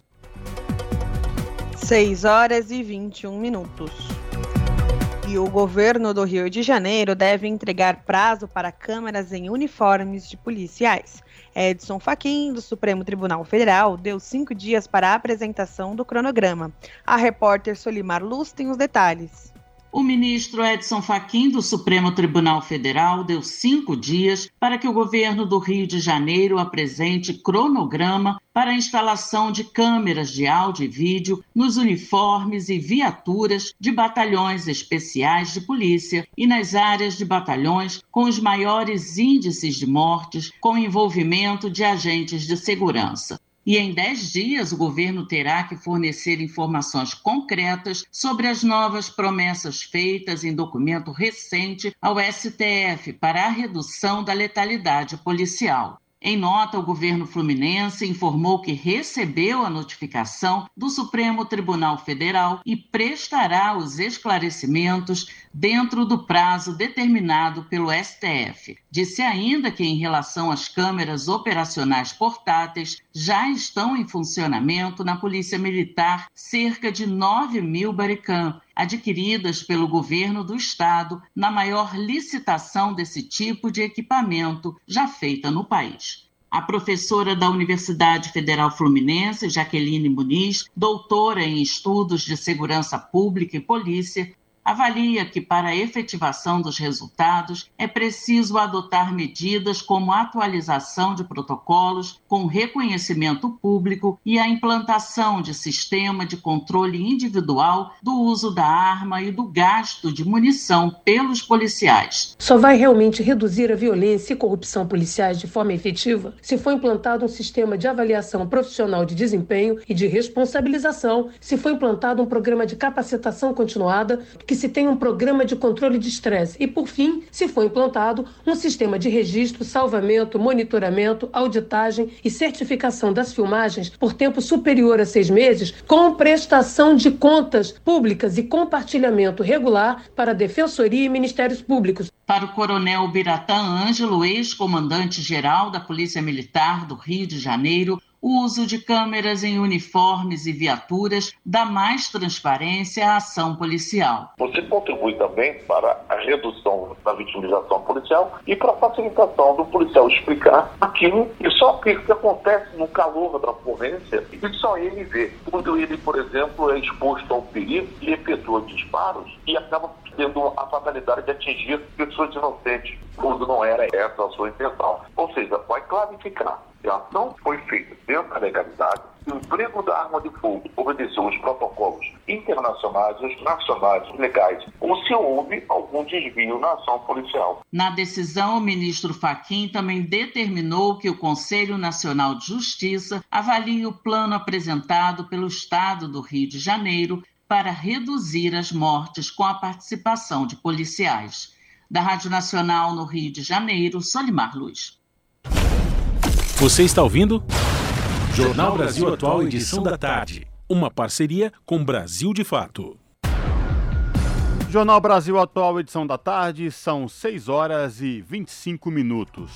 seis horas e vinte e um minutos. E o governo do Rio de Janeiro deve entregar prazo para câmeras em uniformes de policiais. Edson Fachin, do Supremo Tribunal Federal, deu cinco dias para a apresentação do cronograma. A repórter Solimar Luz tem os detalhes. O ministro Edson Fachin, do Supremo Tribunal Federal, deu cinco dias para que o governo do Rio de Janeiro apresente cronograma para a instalação de câmeras de áudio e vídeo nos uniformes e viaturas de batalhões especiais de polícia e nas áreas de batalhões com os maiores índices de mortes com envolvimento de agentes de segurança. E em dez dias, o governo terá que fornecer informações concretas sobre as novas promessas feitas em documento recente ao S T F para a redução da letalidade policial. Em nota, o governo fluminense informou que recebeu a notificação do Supremo Tribunal Federal e prestará os esclarecimentos dentro do prazo determinado pelo S T F. Disse ainda que, em relação às câmeras operacionais portáteis, já estão em funcionamento na Polícia Militar cerca de nove mil Baricam, adquiridas pelo governo do estado na maior licitação desse tipo de equipamento já feita no país. A professora da Universidade Federal Fluminense, Jaqueline Muniz, doutora em estudos de segurança pública e polícia, avalia que, para a efetivação dos resultados, é preciso adotar medidas como a atualização de protocolos com reconhecimento público e a implantação de sistema de controle individual do uso da arma e do gasto de munição pelos policiais. Só vai realmente reduzir a violência e corrupção policiais de forma efetiva se for implantado um sistema de avaliação profissional de desempenho e de responsabilização, se for implantado um programa de capacitação continuada, que se tenha um programa de controle de estresse e, por fim, se for implantado um sistema de registro, salvamento, monitoramento, auditagem e certificação das filmagens por tempo superior a seis meses, com prestação de contas públicas e compartilhamento regular para a Defensoria e Ministérios Públicos. Para o coronel Biratã Ângelo, ex-comandante-geral da Polícia Militar do Rio de Janeiro, o uso de câmeras em uniformes e viaturas dá mais transparência à ação policial. Você contribui também para a redução da vitimização policial e para a facilitação do policial explicar aquilo e só que, que acontece no calor da ocorrência e só ele vê. Quando ele, por exemplo, é exposto ao perigo e efetua disparos e acaba tendo a fatalidade de atingir pessoas inocentes, quando não era essa a sua intenção. Ou seja, vai clarificar A ação foi feita dentro da legalidade. O emprego da arma de fogo obedeceu os protocolos internacionais, os nacionais, os legais, ou se houve algum desvio na ação policial. Na decisão, o ministro Fachin também determinou que o Conselho Nacional de Justiça avalie o plano apresentado pelo Estado do Rio de Janeiro para reduzir as mortes com a participação de policiais. Da Rádio Nacional no Rio de Janeiro, Solimar Luz. Você está ouvindo? Jornal Brasil Atual, edição da tarde. Uma parceria com Brasil de Fato. Jornal Brasil Atual, edição da tarde, são seis horas e vinte e cinco minutos.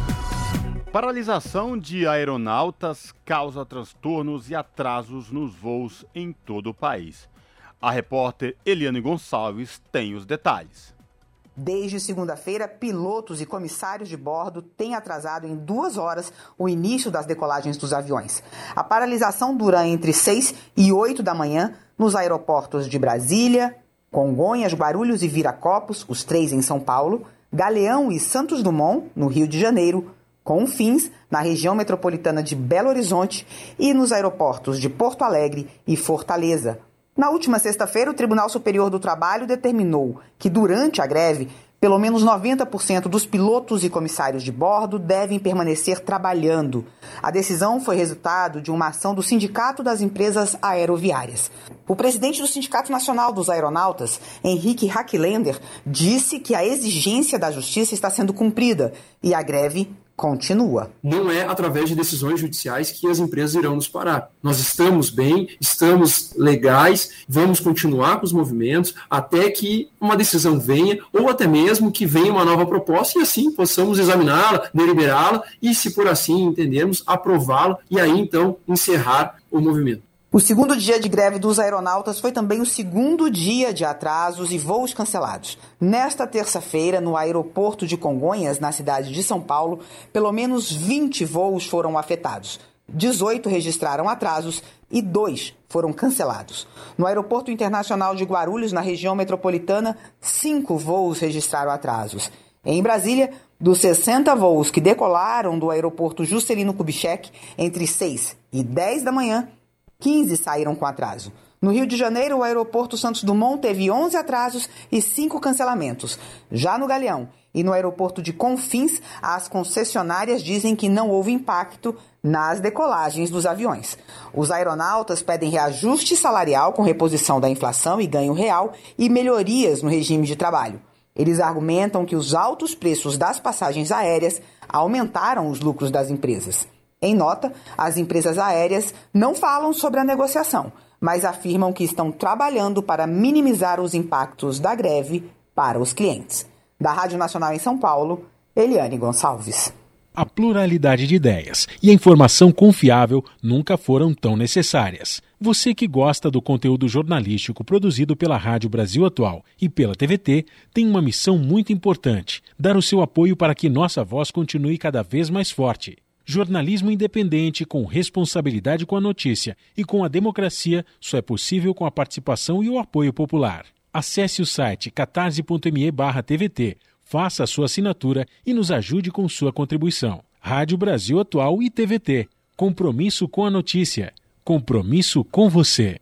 Paralisação de aeronautas causa transtornos e atrasos nos voos em todo o país. A repórter Eliane Gonçalves tem os detalhes. Desde segunda-feira, pilotos e comissários de bordo têm atrasado em duas horas o início das decolagens dos aviões. A paralisação dura entre seis e oito da manhã nos aeroportos de Brasília, Congonhas, Guarulhos e Viracopos, os três em São Paulo, Galeão e Santos Dumont, no Rio de Janeiro, Confins, na região metropolitana de Belo Horizonte e nos aeroportos de Porto Alegre e Fortaleza. Na última sexta-feira, o Tribunal Superior do Trabalho determinou que, durante a greve, pelo menos noventa por cento dos pilotos e comissários de bordo devem permanecer trabalhando. A decisão foi resultado de uma ação do Sindicato das Empresas Aeroviárias. O presidente do Sindicato Nacional dos Aeronautas, Henrique Hacklaender, disse que a exigência da justiça está sendo cumprida e a greve continua. Não é através de decisões judiciais que as empresas irão nos parar. Nós estamos bem, estamos legais, vamos continuar com os movimentos até que uma decisão venha ou até mesmo que venha uma nova proposta e assim possamos examiná-la, deliberá-la e, se por assim entendermos, aprová-la e aí então encerrar o movimento. O segundo dia de greve dos aeronautas foi também o segundo dia de atrasos e voos cancelados. Nesta terça-feira, no aeroporto de Congonhas, na cidade de São Paulo, pelo menos vinte voos foram afetados. dezoito registraram atrasos e dois foram cancelados. No aeroporto internacional de Guarulhos, na região metropolitana, cinco voos registraram atrasos. Em Brasília, dos sessenta voos que decolaram do aeroporto Juscelino Kubitschek entre seis e dez da manhã, quinze saíram com atraso. No Rio de Janeiro, o aeroporto Santos Dumont teve onze atrasos e cinco cancelamentos. Já no Galeão e no aeroporto de Confins, as concessionárias dizem que não houve impacto nas decolagens dos aviões. Os aeronautas pedem reajuste salarial com reposição da inflação e ganho real e melhorias no regime de trabalho. Eles argumentam que os altos preços das passagens aéreas aumentaram os lucros das empresas. Em nota, as empresas aéreas não falam sobre a negociação, mas afirmam que estão trabalhando para minimizar os impactos da greve para os clientes. Da Rádio Nacional em São Paulo, Eliane Gonçalves. A pluralidade de ideias e a informação confiável nunca foram tão necessárias. Você que gosta do conteúdo jornalístico produzido pela Rádio Brasil Atual e pela T V T tem uma missão muito importante: dar o seu apoio para que nossa voz continue cada vez mais forte. Jornalismo independente, com responsabilidade com a notícia e com a democracia, só é possível com a participação e o apoio popular. Acesse o site catarse.me barra TVT, faça a sua assinatura e nos ajude com sua contribuição. Rádio Brasil Atual e T V T. Compromisso com a notícia. Compromisso com você.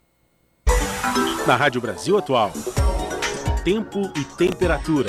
Na Rádio Brasil Atual. Tempo e temperatura.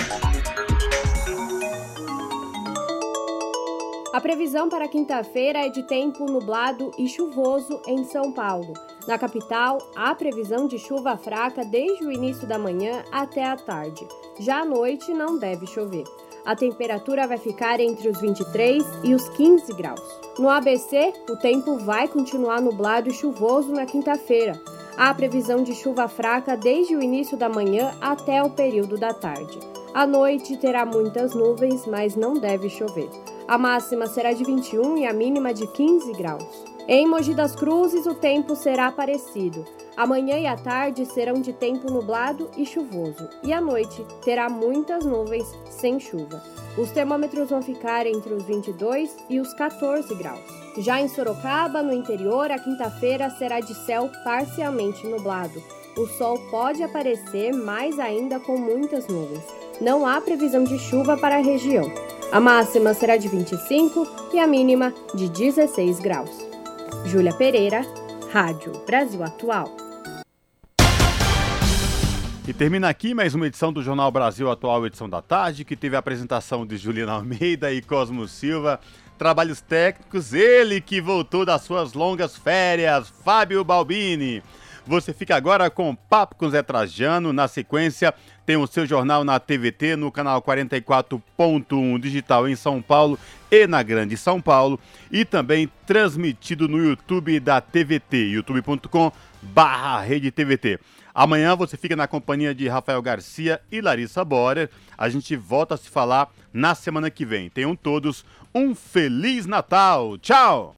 A previsão para quinta-feira é de tempo nublado e chuvoso em São Paulo. Na capital, há previsão de chuva fraca desde o início da manhã até a tarde. Já à noite não deve chover. A temperatura vai ficar entre os vinte e três e os quinze graus. No A B C, o tempo vai continuar nublado e chuvoso na quinta-feira. Há previsão de chuva fraca desde o início da manhã até o período da tarde. À noite terá muitas nuvens, mas não deve chover. A máxima será de vinte e um e a mínima de quinze graus. Em Mogi das Cruzes, o tempo será parecido. Amanhã e à tarde serão de tempo nublado e chuvoso. E à noite terá muitas nuvens sem chuva. Os termômetros vão ficar entre os vinte e dois e os quatorze graus. Já em Sorocaba, no interior, a quinta-feira será de céu parcialmente nublado. O sol pode aparecer, mas ainda com muitas nuvens. Não há previsão de chuva para a região. A máxima será de vinte e cinco e a mínima de dezesseis graus. Júlia Pereira, Rádio Brasil Atual. E termina aqui mais uma edição do Jornal Brasil Atual, edição da tarde, que teve a apresentação de Juliana Almeida e Cosmo Silva. Trabalhos técnicos, ele que voltou das suas longas férias, Fábio Balbini. Você fica agora com Papo com Zé Trajano. Na sequência, tem o seu jornal na T V T, no canal quarenta e quatro ponto um digital em São Paulo e na Grande São Paulo. E também transmitido no YouTube da T V T, youtube ponto com barra rede T V T. Amanhã você fica na companhia de Rafael Garcia e Larissa Borer. A gente volta a se falar na semana que vem. Tenham todos um Feliz Natal. Tchau!